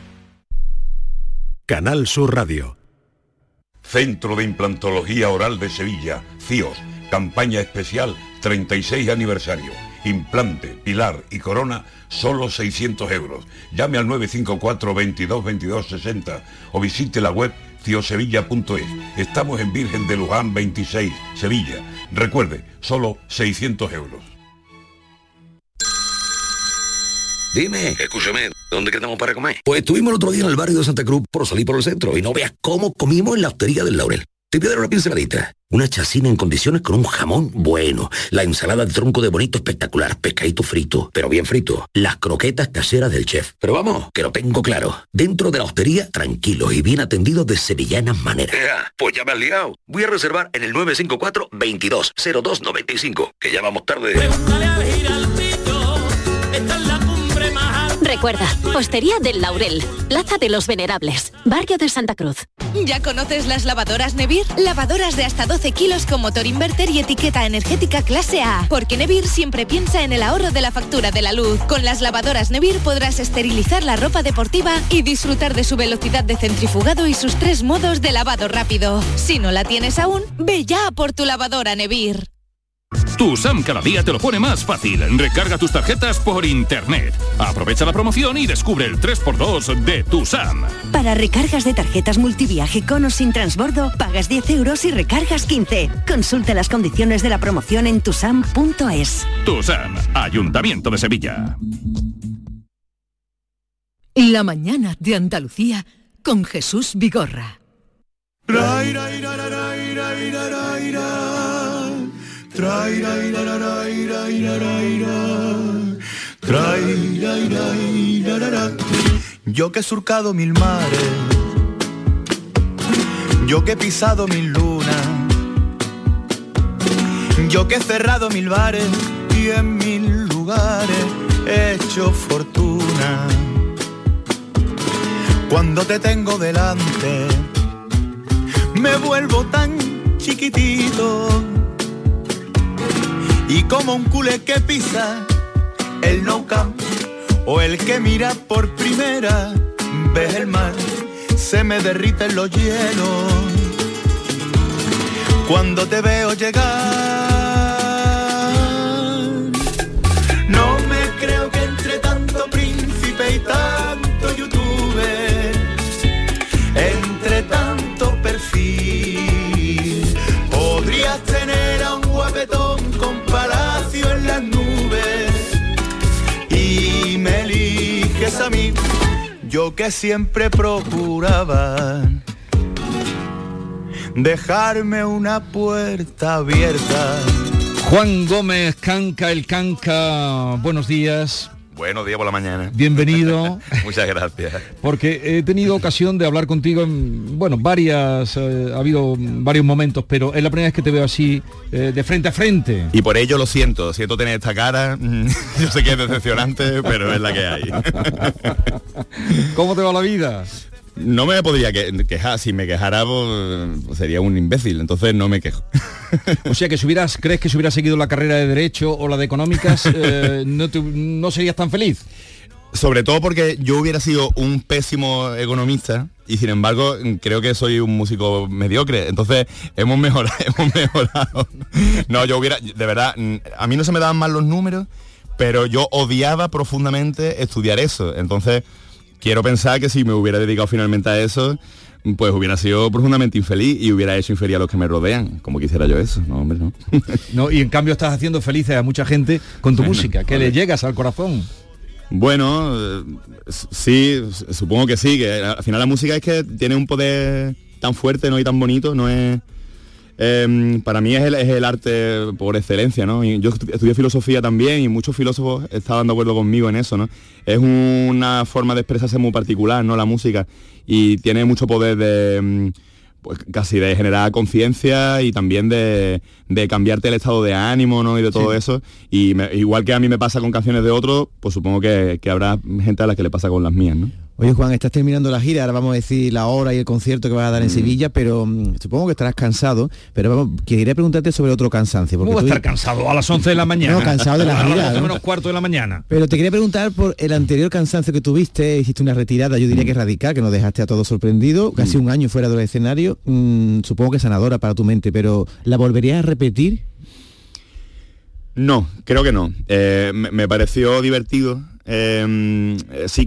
Canal Sur Radio. Centro de Implantología Oral de Sevilla, CIOS. Campaña especial 36 aniversario. Implante, pilar y corona, solo 600 euros. Llame al 954 22 22 60 o visite la web ciosevilla.es. Estamos en Virgen de Luján 26, Sevilla. Recuerde, solo 600 euros. Dime, escúchame, ¿dónde quedamos para comer? Pues estuvimos el otro día en el barrio de Santa Cruz por salir por el centro y no veas cómo comimos en la hostería del Laurel. Te voy a dar una pinceladita. Una chacina en condiciones con un jamón bueno. La ensalada de tronco de bonito espectacular. Pescadito frito, pero bien frito. Las croquetas caseras del chef. Pero vamos, que lo tengo claro. Dentro de la hostería, tranquilos y bien atendidos de sevillanas maneras. Pues ya me has liado. Voy a reservar en el 954 22 02 95, que ya vamos tarde. Recuerda, Hostería del Laurel, Plaza de los Venerables, Barrio de Santa Cruz. ¿Ya conoces las lavadoras Nevir? Lavadoras de hasta 12 kilos con motor inverter y etiqueta energética clase A. Porque Nevir siempre piensa en el ahorro de la factura de la luz. Con las lavadoras Nevir podrás esterilizar la ropa deportiva y disfrutar de su velocidad de centrifugado y sus 3 modos de lavado rápido. Si no la tienes aún, ve ya por tu lavadora Nevir. TUSAM cada día te lo pone más fácil. Recarga tus tarjetas por internet. Aprovecha la promoción y descubre el 3x2 de TUSAM. Para recargas de tarjetas multiviaje con o sin transbordo, pagas 10 euros y recargas 15. Consulta las condiciones de la promoción en tusam.es. TUSAM, Ayuntamiento de Sevilla. La mañana de Andalucía con Jesús Vigorra. Yo que he surcado 1000 mares, yo que he pisado 1000 lunas, yo que he cerrado 1000 bares y en 1000 lugares he hecho fortuna. Cuando te tengo delante me vuelvo tan chiquitito y como un culé que pisa el Nou Camp o el que mira por primera vez el mar, se me derriten los hielos cuando te veo llegar. No me creo que entre tanto príncipe y tanto youtuber, entre tanto perfil, podrías tener a un guapetón con palacio en las nubes y me eliges a mí, yo que siempre procuraba dejarme una puerta abierta. Juan Gómez Canca, el Canca, buenos días. Buenos días por la mañana. Bienvenido. Muchas gracias. Porque he tenido ocasión de hablar contigo en, ha habido varios momentos, pero es la primera vez que te veo así, de frente a frente. Y por ello siento tener esta cara. Yo sé que es decepcionante, pero es la que hay. ¿Cómo te va la vida? No me podría quejar. Si me quejara, pues, sería un imbécil. Entonces no me quejo. O sea que ¿crees que si hubieras seguido la carrera de Derecho o la de Económicas, no serías tan feliz? Sobre todo porque yo hubiera sido un pésimo economista y sin embargo creo que soy un músico mediocre. Entonces hemos mejorado. No, yo hubiera, de verdad, a mí no se me daban mal los números, pero yo odiaba profundamente estudiar eso. Entonces quiero pensar que si me hubiera dedicado finalmente a eso, pues hubiera sido profundamente infeliz y hubiera hecho infeliz a los que me rodean, como quisiera yo eso. No, hombre, no. No, y en cambio estás haciendo felices a mucha gente con tu música, que le llegas al corazón. Bueno, sí, supongo que sí, que al final la música es que tiene un poder tan fuerte, ¿no? Y tan bonito, no es... para mí es el arte por excelencia, ¿no? Y yo estudié filosofía también y muchos filósofos estaban de acuerdo conmigo en eso, ¿no? Es una forma de expresarse muy particular, ¿no? La música, y tiene mucho poder de... pues casi de generar conciencia y también de cambiarte el estado de ánimo, ¿no? Y de todo eso. Y igual que a mí me pasa con canciones de otros, pues supongo que habrá gente a la que le pasa con las mías, ¿no? Oye, Juan, estás terminando la gira, ahora vamos a decir la hora y el concierto que vas a dar en Sevilla, pero supongo que estarás cansado, pero quería preguntarte sobre otro cansancio. ¿Cómo vas a estar cansado a las 11 de la mañana? No, cansado de la gira. A las 11 menos cuarto de la mañana. Pero te quería preguntar por el anterior cansancio que tuviste, hiciste una retirada, yo diría que radical, que nos dejaste a todos sorprendidos, casi un año fuera del escenario, supongo que sanadora para tu mente, pero ¿la volverías a repetir? No, creo que no. Me pareció divertido. Sí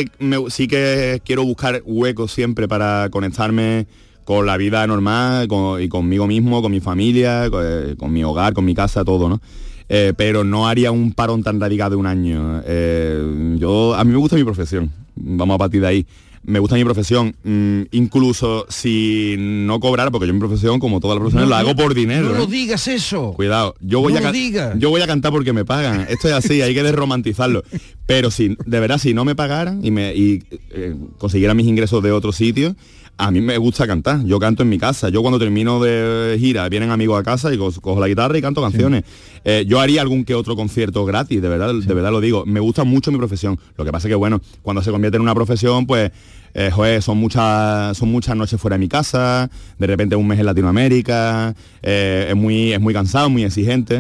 que quiero buscar huecos siempre para conectarme con la vida normal y conmigo mismo, con mi familia, con mi hogar, con mi casa, todo, ¿no? Pero no haría un parón tan radical de un año. A mí me gusta mi profesión, vamos a partir de ahí. Me gusta mi profesión, incluso si no cobrara, porque yo mi profesión, como todas las profesiones, la hago por dinero. No lo digas eso. Cuidado, yo voy a cantar porque me pagan. Esto es así, hay que desromantizarlo. Pero si, de verdad, si no me pagaran y consiguiera mis ingresos de otro sitio, a mí me gusta cantar. Yo canto en mi casa. Yo cuando termino de gira, vienen amigos a casa y cojo la guitarra y canto canciones. Sí. Yo haría algún que otro concierto gratis, de verdad lo digo. Me gusta mucho mi profesión. Lo que pasa es que, bueno, cuando se convierte en una profesión, pues... son muchas noches fuera de mi casa, de repente un mes en Latinoamérica, es muy cansado, muy exigente.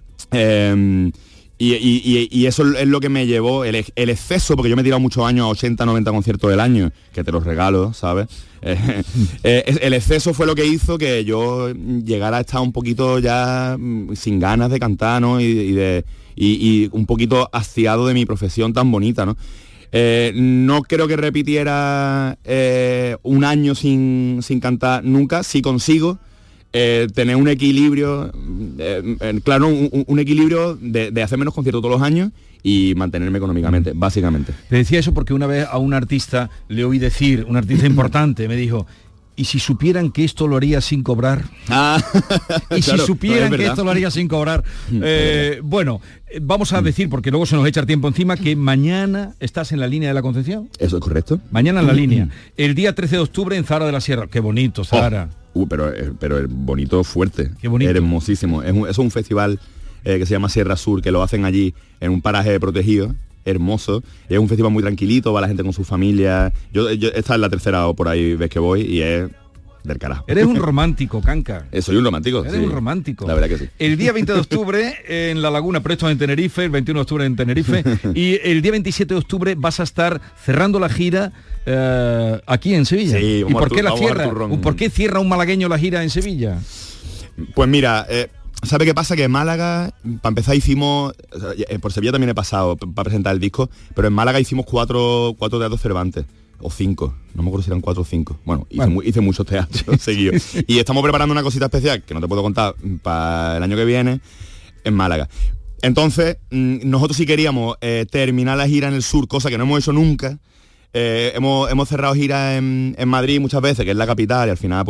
Y eso es lo que me llevó, el exceso, porque yo me he tirado muchos años a 80, 90 conciertos del año, que te los regalo, ¿sabes? El exceso fue lo que hizo que yo llegara a estar un poquito ya sin ganas de cantar, ¿no? Y un poquito hastiado de mi profesión tan bonita, ¿no? No creo que repitiera un año sin cantar nunca, si consigo tener un equilibrio, claro, un equilibrio de hacer menos conciertos todos los años y mantenerme económicamente, básicamente. Te decía eso porque una vez a un artista le oí decir, un artista importante, me dijo... ¿Y si supieran que esto lo haría sin cobrar? Y si supieran que esto lo haría sin cobrar. Bueno, vamos a decir, porque luego se nos echa el tiempo encima, que mañana estás en la línea de la Concepción. Eso es correcto. Mañana en la línea. El día 13 de octubre en Zahara de la Sierra. Qué bonito, Zahara. Pero es bonito, fuerte. Qué bonito. Hermosísimo. Es un festival que se llama Sierra Sur, que lo hacen allí en un paraje protegido. Hermoso, es un festival muy tranquilito, va la gente con su familia. Yo esta es la tercera o por ahí vez que voy y es del carajo. Eres un romántico, Canca. Soy un romántico. Eres un romántico. La verdad que sí. El día 20 de octubre en La Laguna, pero esto es en Tenerife, el 21 de octubre en Tenerife, y el día 27 de octubre vas a estar cerrando la gira aquí en Sevilla. Sí, ¿Y por qué la cierra? ¿Por qué cierra un malagueño la gira en Sevilla? Pues mira... ¿sabe qué pasa? Que en Málaga, para empezar, hicimos... por Sevilla también he pasado para presentar el disco, pero en Málaga hicimos cuatro teatros Cervantes, o 5, no me acuerdo si eran 4 o 5. Bueno, hice muchos teatros seguidos. Y estamos preparando una cosita especial, que no te puedo contar, para el año que viene, en Málaga. Entonces, nosotros sí queríamos terminar la gira en el sur, cosa que no hemos hecho nunca. Hemos cerrado giras en Madrid muchas veces, que es la capital, y al final pues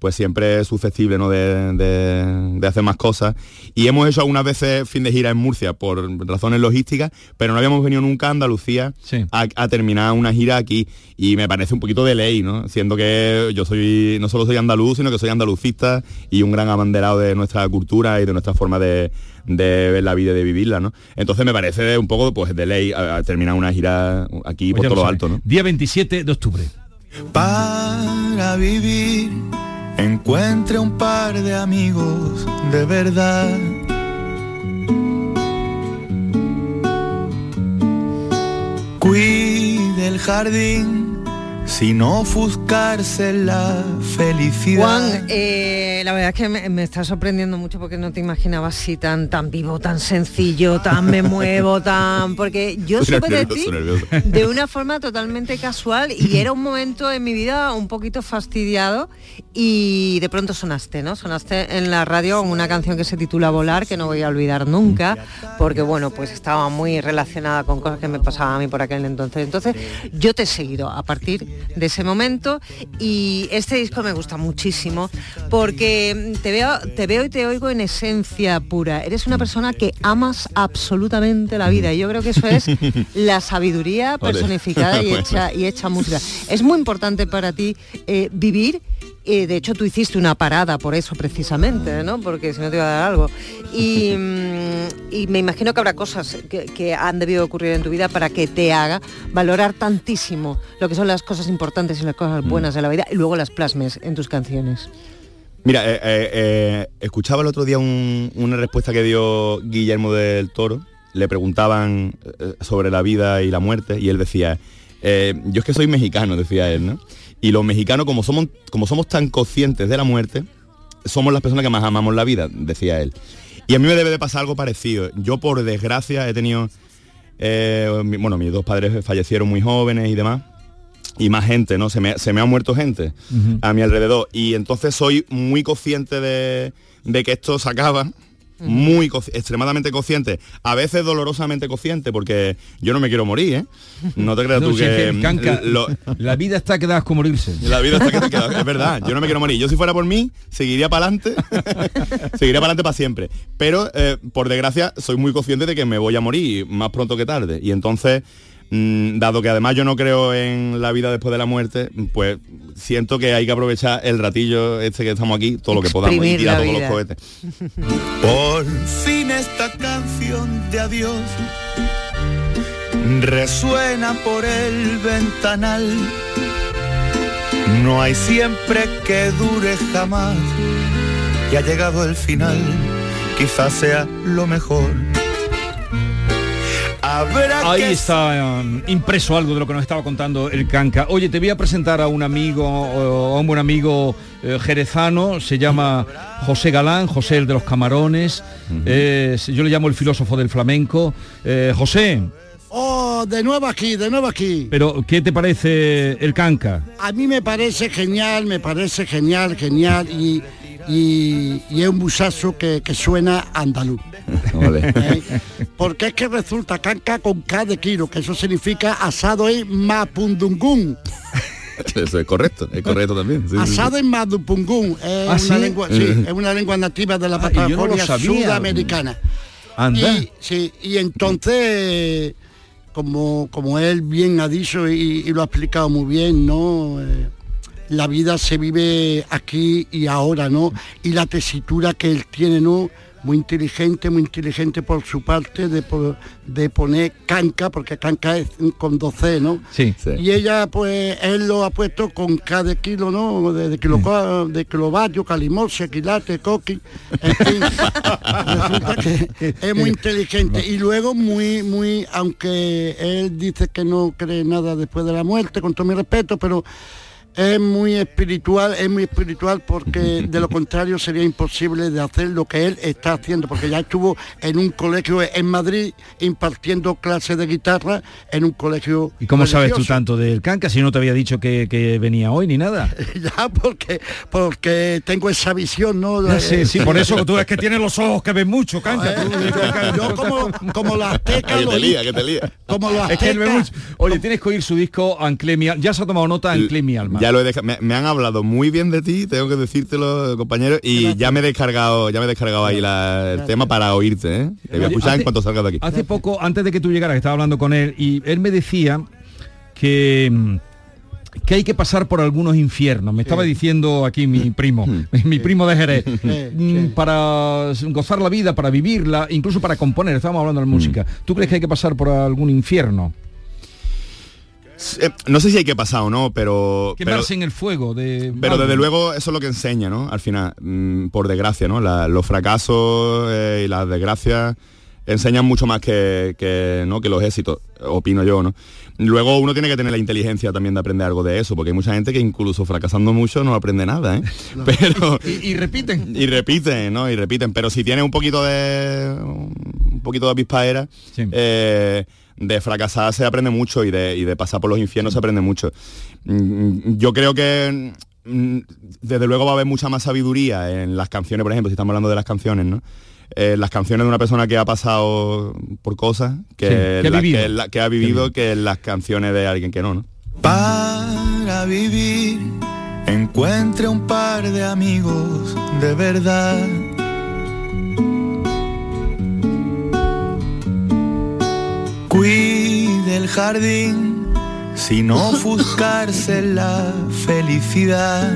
pues siempre es susceptible, ¿no? de hacer más cosas. Y hemos hecho algunas veces fin de gira en Murcia por razones logísticas, pero no habíamos venido nunca a Andalucía a terminar una gira aquí. Y me parece un poquito de ley, ¿no? Siendo que yo no solo soy andaluz, sino que soy andalucista y un gran abanderado de nuestra cultura y de nuestra forma de ver la vida y de vivirla, ¿no? Entonces me parece un poco pues de ley a terminar una gira aquí por todo lo alto, ¿no? Día 27 de octubre. Para vivir encuentre un par de amigos de verdad. Cuide el jardín sin ofuscarse la felicidad. Juan, la verdad es que me está sorprendiendo mucho porque no te imaginaba así tan vivo, tan sencillo, tan me muevo, tan... Porque yo supe de ti de una forma totalmente casual y era un momento en mi vida un poquito fastidiado y de pronto sonaste, ¿no? Sonaste en la radio con una canción que se titula Volar, que no voy a olvidar nunca, porque bueno, pues estaba muy relacionada con cosas que me pasaban a mí por aquel entonces. Entonces yo te he seguido a partir de ese momento y este disco me gusta muchísimo porque te veo y te oigo en esencia pura. Eres una persona que amas absolutamente la vida y yo creo que eso es la sabiduría personificada y hecha música. Es muy importante para ti vivir. De hecho tú hiciste una parada por eso precisamente, ¿no? Porque si no te iba a dar algo y me imagino que habrá cosas que han debido ocurrir en tu vida para que te haga valorar tantísimo lo que son las cosas importantes y las cosas buenas de la vida y luego las plasmes en tus canciones. Mira, escuchaba el otro día una respuesta que dio Guillermo del Toro. Le preguntaban sobre la vida y la muerte y él decía, yo es que soy mexicano, decía él, ¿no? Y los mexicanos, como somos tan conscientes de la muerte, somos las personas que más amamos la vida, decía él. Y a mí me debe de pasar algo parecido. Yo, por desgracia, he tenido... mis dos padres fallecieron muy jóvenes y demás. Y más gente, ¿no? Se me ha muerto gente a mi alrededor. Y entonces soy muy consciente de que esto se acaba. Extremadamente consciente, a veces dolorosamente consciente, porque yo no me quiero morir, ¿eh? No te creas tú que... La vida está que das con morirse. La vida está que te quedas, es verdad, yo no me quiero morir. Yo si fuera por mí, seguiría para adelante, para siempre. Pero, por desgracia, soy muy consciente de que me voy a morir más pronto que tarde. Y entonces... dado que además yo no creo en la vida después de la muerte, pues siento que hay que aprovechar el ratillo que estamos aquí, todo lo que podamos, y tirar todos los cohetes. Por fin esta canción de adiós resuena por el ventanal. No hay siempre que dure jamás, y ha llegado el final, quizás sea lo mejor. Ahí está impreso algo de lo que nos estaba contando el Canca. Oye, te voy a presentar a un amigo, a un buen amigo jerezano, se llama José Galán, José el de los camarones, yo le llamo el filósofo del flamenco. José. Oh, de nuevo aquí. Pero, ¿qué te parece el Canca? A mí me parece genial y es un busazo que suena andaluz. Porque es que resulta canca con K de kilo, que eso significa asado en mapundungún. Eso es correcto también. Sí, asado en mapundungún es una lengua nativa de la Patagonia sudamericana. Anda. Y entonces, como él bien ha dicho y lo ha explicado muy bien, ¿no? La vida se vive aquí y ahora, ¿no? Y la tesitura que él tiene, ¿no? Muy inteligente por su parte de poner canca, porque canca es con 2C, ¿no? Sí. Y ella, pues, él lo ha puesto con K de kilo, ¿no? De kilovatio, calimosia, quilate, coqui, en fin. Resulta que es muy inteligente. Y luego muy, aunque él dice que no cree nada después de la muerte, con todo mi respeto, pero... es muy espiritual porque de lo contrario sería imposible de hacer lo que él está haciendo, porque ya estuvo en un colegio en Madrid impartiendo clases de guitarra en un colegio. ¿Y cómo religioso. Sabes tú tanto del Canca si no te había dicho que venía hoy ni nada? Ya, porque tengo esa visión, ¿no? Sí, por eso tú es que tienes los ojos que ven mucho, Canca. Yo como los aztecas que te lía. Como los aztecas. Es que él ve mucho. Oye, tienes que oír su disco Anclé mi alma. Ya se ha tomado nota Anclé mi alma. Ya lo he dejado. Me han hablado muy bien de ti, tengo que decírtelo, compañero, y ya me he descargado ahí el tema para oírte, ¿eh? Te voy a escuchar en cuanto salgas de aquí. Hace poco, antes de que tú llegaras, estaba hablando con él y él me decía que hay que pasar por algunos infiernos. Me estaba diciendo aquí mi primo de Jerez, para gozar la vida, para vivirla, incluso para componer. Estábamos hablando de música. ¿Tú crees que hay que pasar por algún infierno? No sé si hay que pasar o no, pero... Quemarse en el fuego de... Pero desde luego eso es lo que enseña, ¿no? Al final, por desgracia, ¿no? Los fracasos y las desgracias enseñan mucho más que los éxitos, opino yo, ¿no? Luego uno tiene que tener la inteligencia también de aprender algo de eso, porque hay mucha gente que incluso fracasando mucho no aprende nada, ¿eh? No. Pero, y repiten. Y repiten, ¿no? Y repiten. Pero si tiene un poquito de avispaera, sí. De fracasar se aprende mucho y de pasar por los infiernos se aprende mucho. Yo creo que desde luego va a haber mucha más sabiduría en las canciones, por ejemplo, si estamos hablando de las canciones, ¿no? Las canciones de una persona que ha pasado por cosas que ha vivido que las canciones de alguien que no. Para vivir encuentre un par de amigos de verdad. Cuide el jardín sin ofuscarse la felicidad.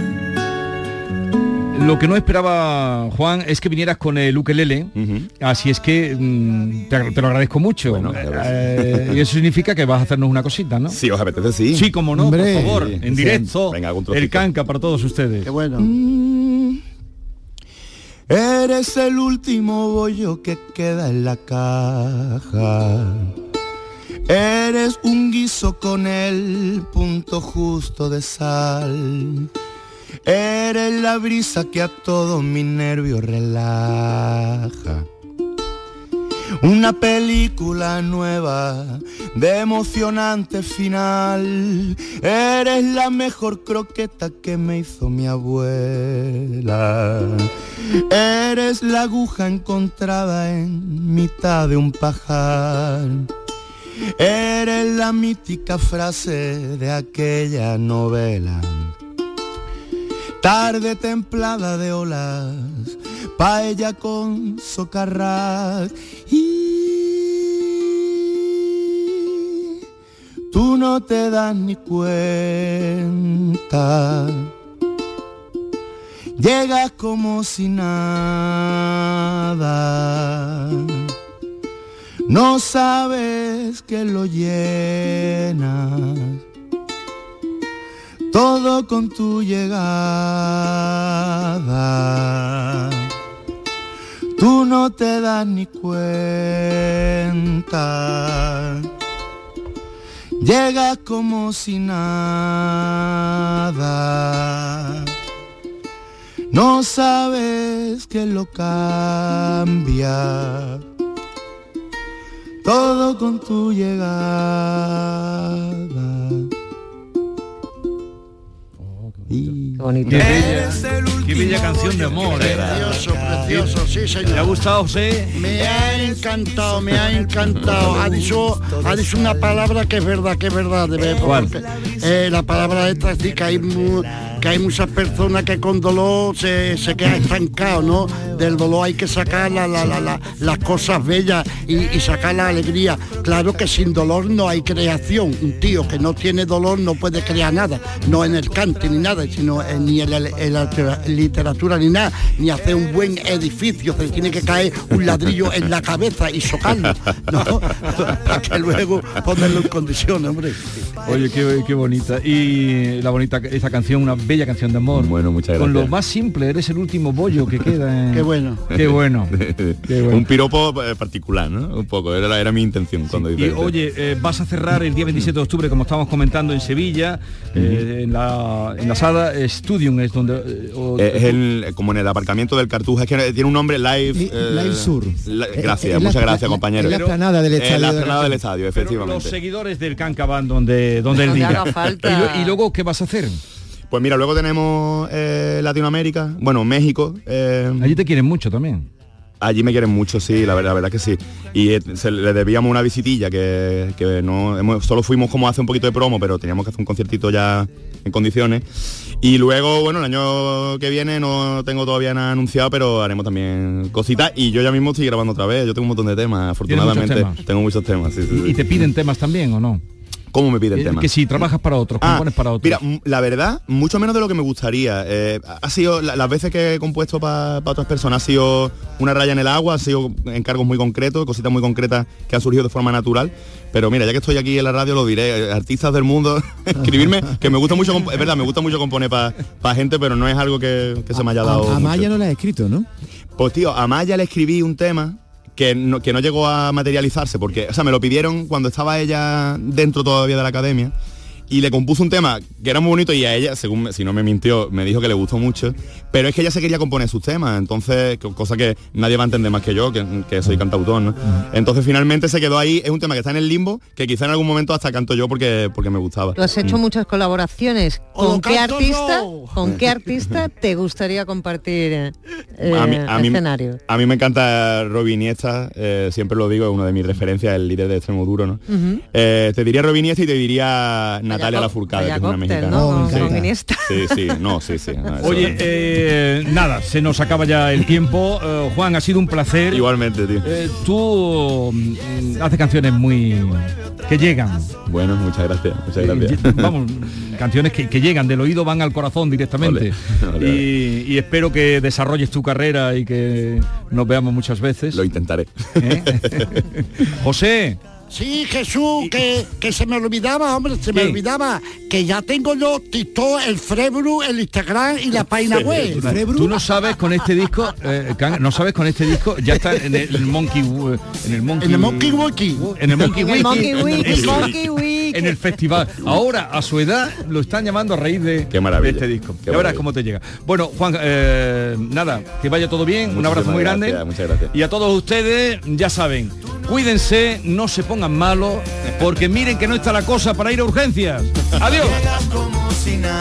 Lo que no esperaba, Juan, es que vinieras con el ukelele, así es que te lo agradezco mucho. Bueno, y eso significa que vas a hacernos una cosita, ¿no? Sí, os apetece, sí. Sí, como no, hombre, por favor, sí, en directo, venga, el canca para todos ustedes. Qué bueno. Eres el último bollo que queda en la caja. Eres un guiso con el punto justo de sal. Eres la brisa que a todos mis nervios relaja. Una película nueva de emocionante final. Eres la mejor croqueta que me hizo mi abuela. Eres la aguja encontrada en mitad de un pajar. Eres la mítica frase de aquella novela. Tarde templada de olas, paella con socarrat. Y tú no te das ni cuenta. Llegas como si nada. No sabes que lo llenas todo con tu llegada. Tú no te das ni cuenta. Llegas como si nada. No sabes que lo cambia todo con tu llegada. Qué bella canción de amor. Precioso, sí, señor. ¿Te ha gustado, José? Me ha encantado. Ha dicho una palabra que es verdad, ¿Cuál? La palabra esta es decir, que hay muchas personas que con dolor se quedan estancados, ¿no? Del dolor hay que sacar las cosas bellas y sacar la alegría. Claro que sin dolor no hay creación. Un tío que no tiene dolor no puede crear nada, no en el cante ni nada, sino ni en la literatura ni nada, ni hacer un buen edificio. Se le tiene que caer un ladrillo en la cabeza y socarlo, ¿no? Para que luego ponerlo en condiciones, hombre. Oye, qué bonita. Y esta canción, una bella canción de amor. Bueno, muchas gracias. Con lo más simple, eres el último bollo que queda. Qué bueno. Qué bueno. Un piropo particular, ¿no? Un poco, era mi intención cuando dice. Y oye, vas a cerrar el día 27 de octubre, como estamos comentando, en Sevilla, en la sala Studium, es donde... como en el aparcamiento del Cartuja, es que tiene un nombre, Live Sur. Gracias, muchas gracias, compañero. En la explanada del estadio. La explanada del estadio, efectivamente. Los seguidores del Canca van donde él diga. Y luego, ¿qué vas a hacer? Pues mira, luego tenemos Latinoamérica, bueno, México. Allí te quieren mucho también. Allí me quieren mucho, sí, la verdad que sí. Y le debíamos una visitilla que no solo fuimos como hace un poquito de promo, pero teníamos que hacer un conciertito ya en condiciones. Y luego, bueno, el año que viene no tengo todavía nada anunciado, pero haremos también cositas. Y yo ya mismo estoy grabando otra vez. Yo tengo un montón de temas, afortunadamente. Tengo muchos temas, sí. ¿Y te piden temas también o no? ¿Cómo me piden temas? Que si trabajas para otros, compones para otros. Mira, la verdad, mucho menos de lo que me gustaría. Ha sido, las veces que he compuesto para otras personas, ha sido una raya en el agua, ha sido encargos muy concretos, cositas muy concretas que han surgido de forma natural. Pero mira, ya que estoy aquí en la radio, lo diré, artistas del mundo, escribirme, que me gusta mucho, es verdad, me gusta mucho componer para gente, pero no es algo que se me haya dado. A Maya no la has escrito, ¿no? Pues tío, a Maya le escribí un tema que no llegó a materializarse, porque, o sea, me lo pidieron cuando estaba ella dentro todavía de la academia, y le compuso un tema que era muy bonito, y a ella, según si no me mintió, me dijo que le gustó mucho, pero es que ella se quería componer sus temas, entonces, cosa que nadie va a entender más que yo, que soy cantautor, ¿no? Entonces finalmente se quedó ahí, es un tema que está en el limbo, que quizá en algún momento hasta canto yo porque me gustaba. Tú has hecho muchas colaboraciones. ¿Con qué artista te gustaría compartir escenario? A mí me encanta Robin Iniesta, siempre lo digo, es una de mis referencias, el líder de Extremoduro, ¿no? Te diría Robin Iniesta y te diría Natalia Lafourcade, que es una mexicana. ¿No? Con Iniesta. Sí. No, Oye, nada, se nos acaba ya el tiempo. Juan, ha sido un placer. Igualmente, tío. Tú haces canciones que llegan. Bueno, muchas gracias. Vamos, canciones que llegan del oído, van al corazón directamente. Vale. Y espero que desarrolles tu carrera y que nos veamos muchas veces. Lo intentaré. José. Sí, Jesús, que se me olvidaba, hombre, me olvidaba que ya tengo yo TikTok, el Frebru, el Instagram y la página web. Tú no sabes con este disco, ya está en el Monkey Wiki. En el festival. Ahora, a su edad, lo están llamando a raíz de este disco. Y ahora cómo te llega. Bueno, Juan, nada, que vaya todo bien, un abrazo muy grande. Muchas gracias. Y a todos ustedes, ya saben, cuídense, no se pongan malos, porque miren que no está la cosa para ir a urgencias. Adiós. Como si nada,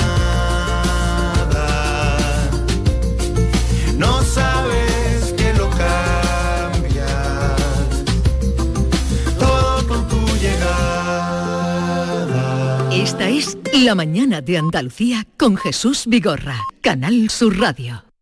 no sabes que lo cambia todo con tu llegada. Esta es La Mañana de Andalucía con Jesús Vigorra, Canal Sur Radio.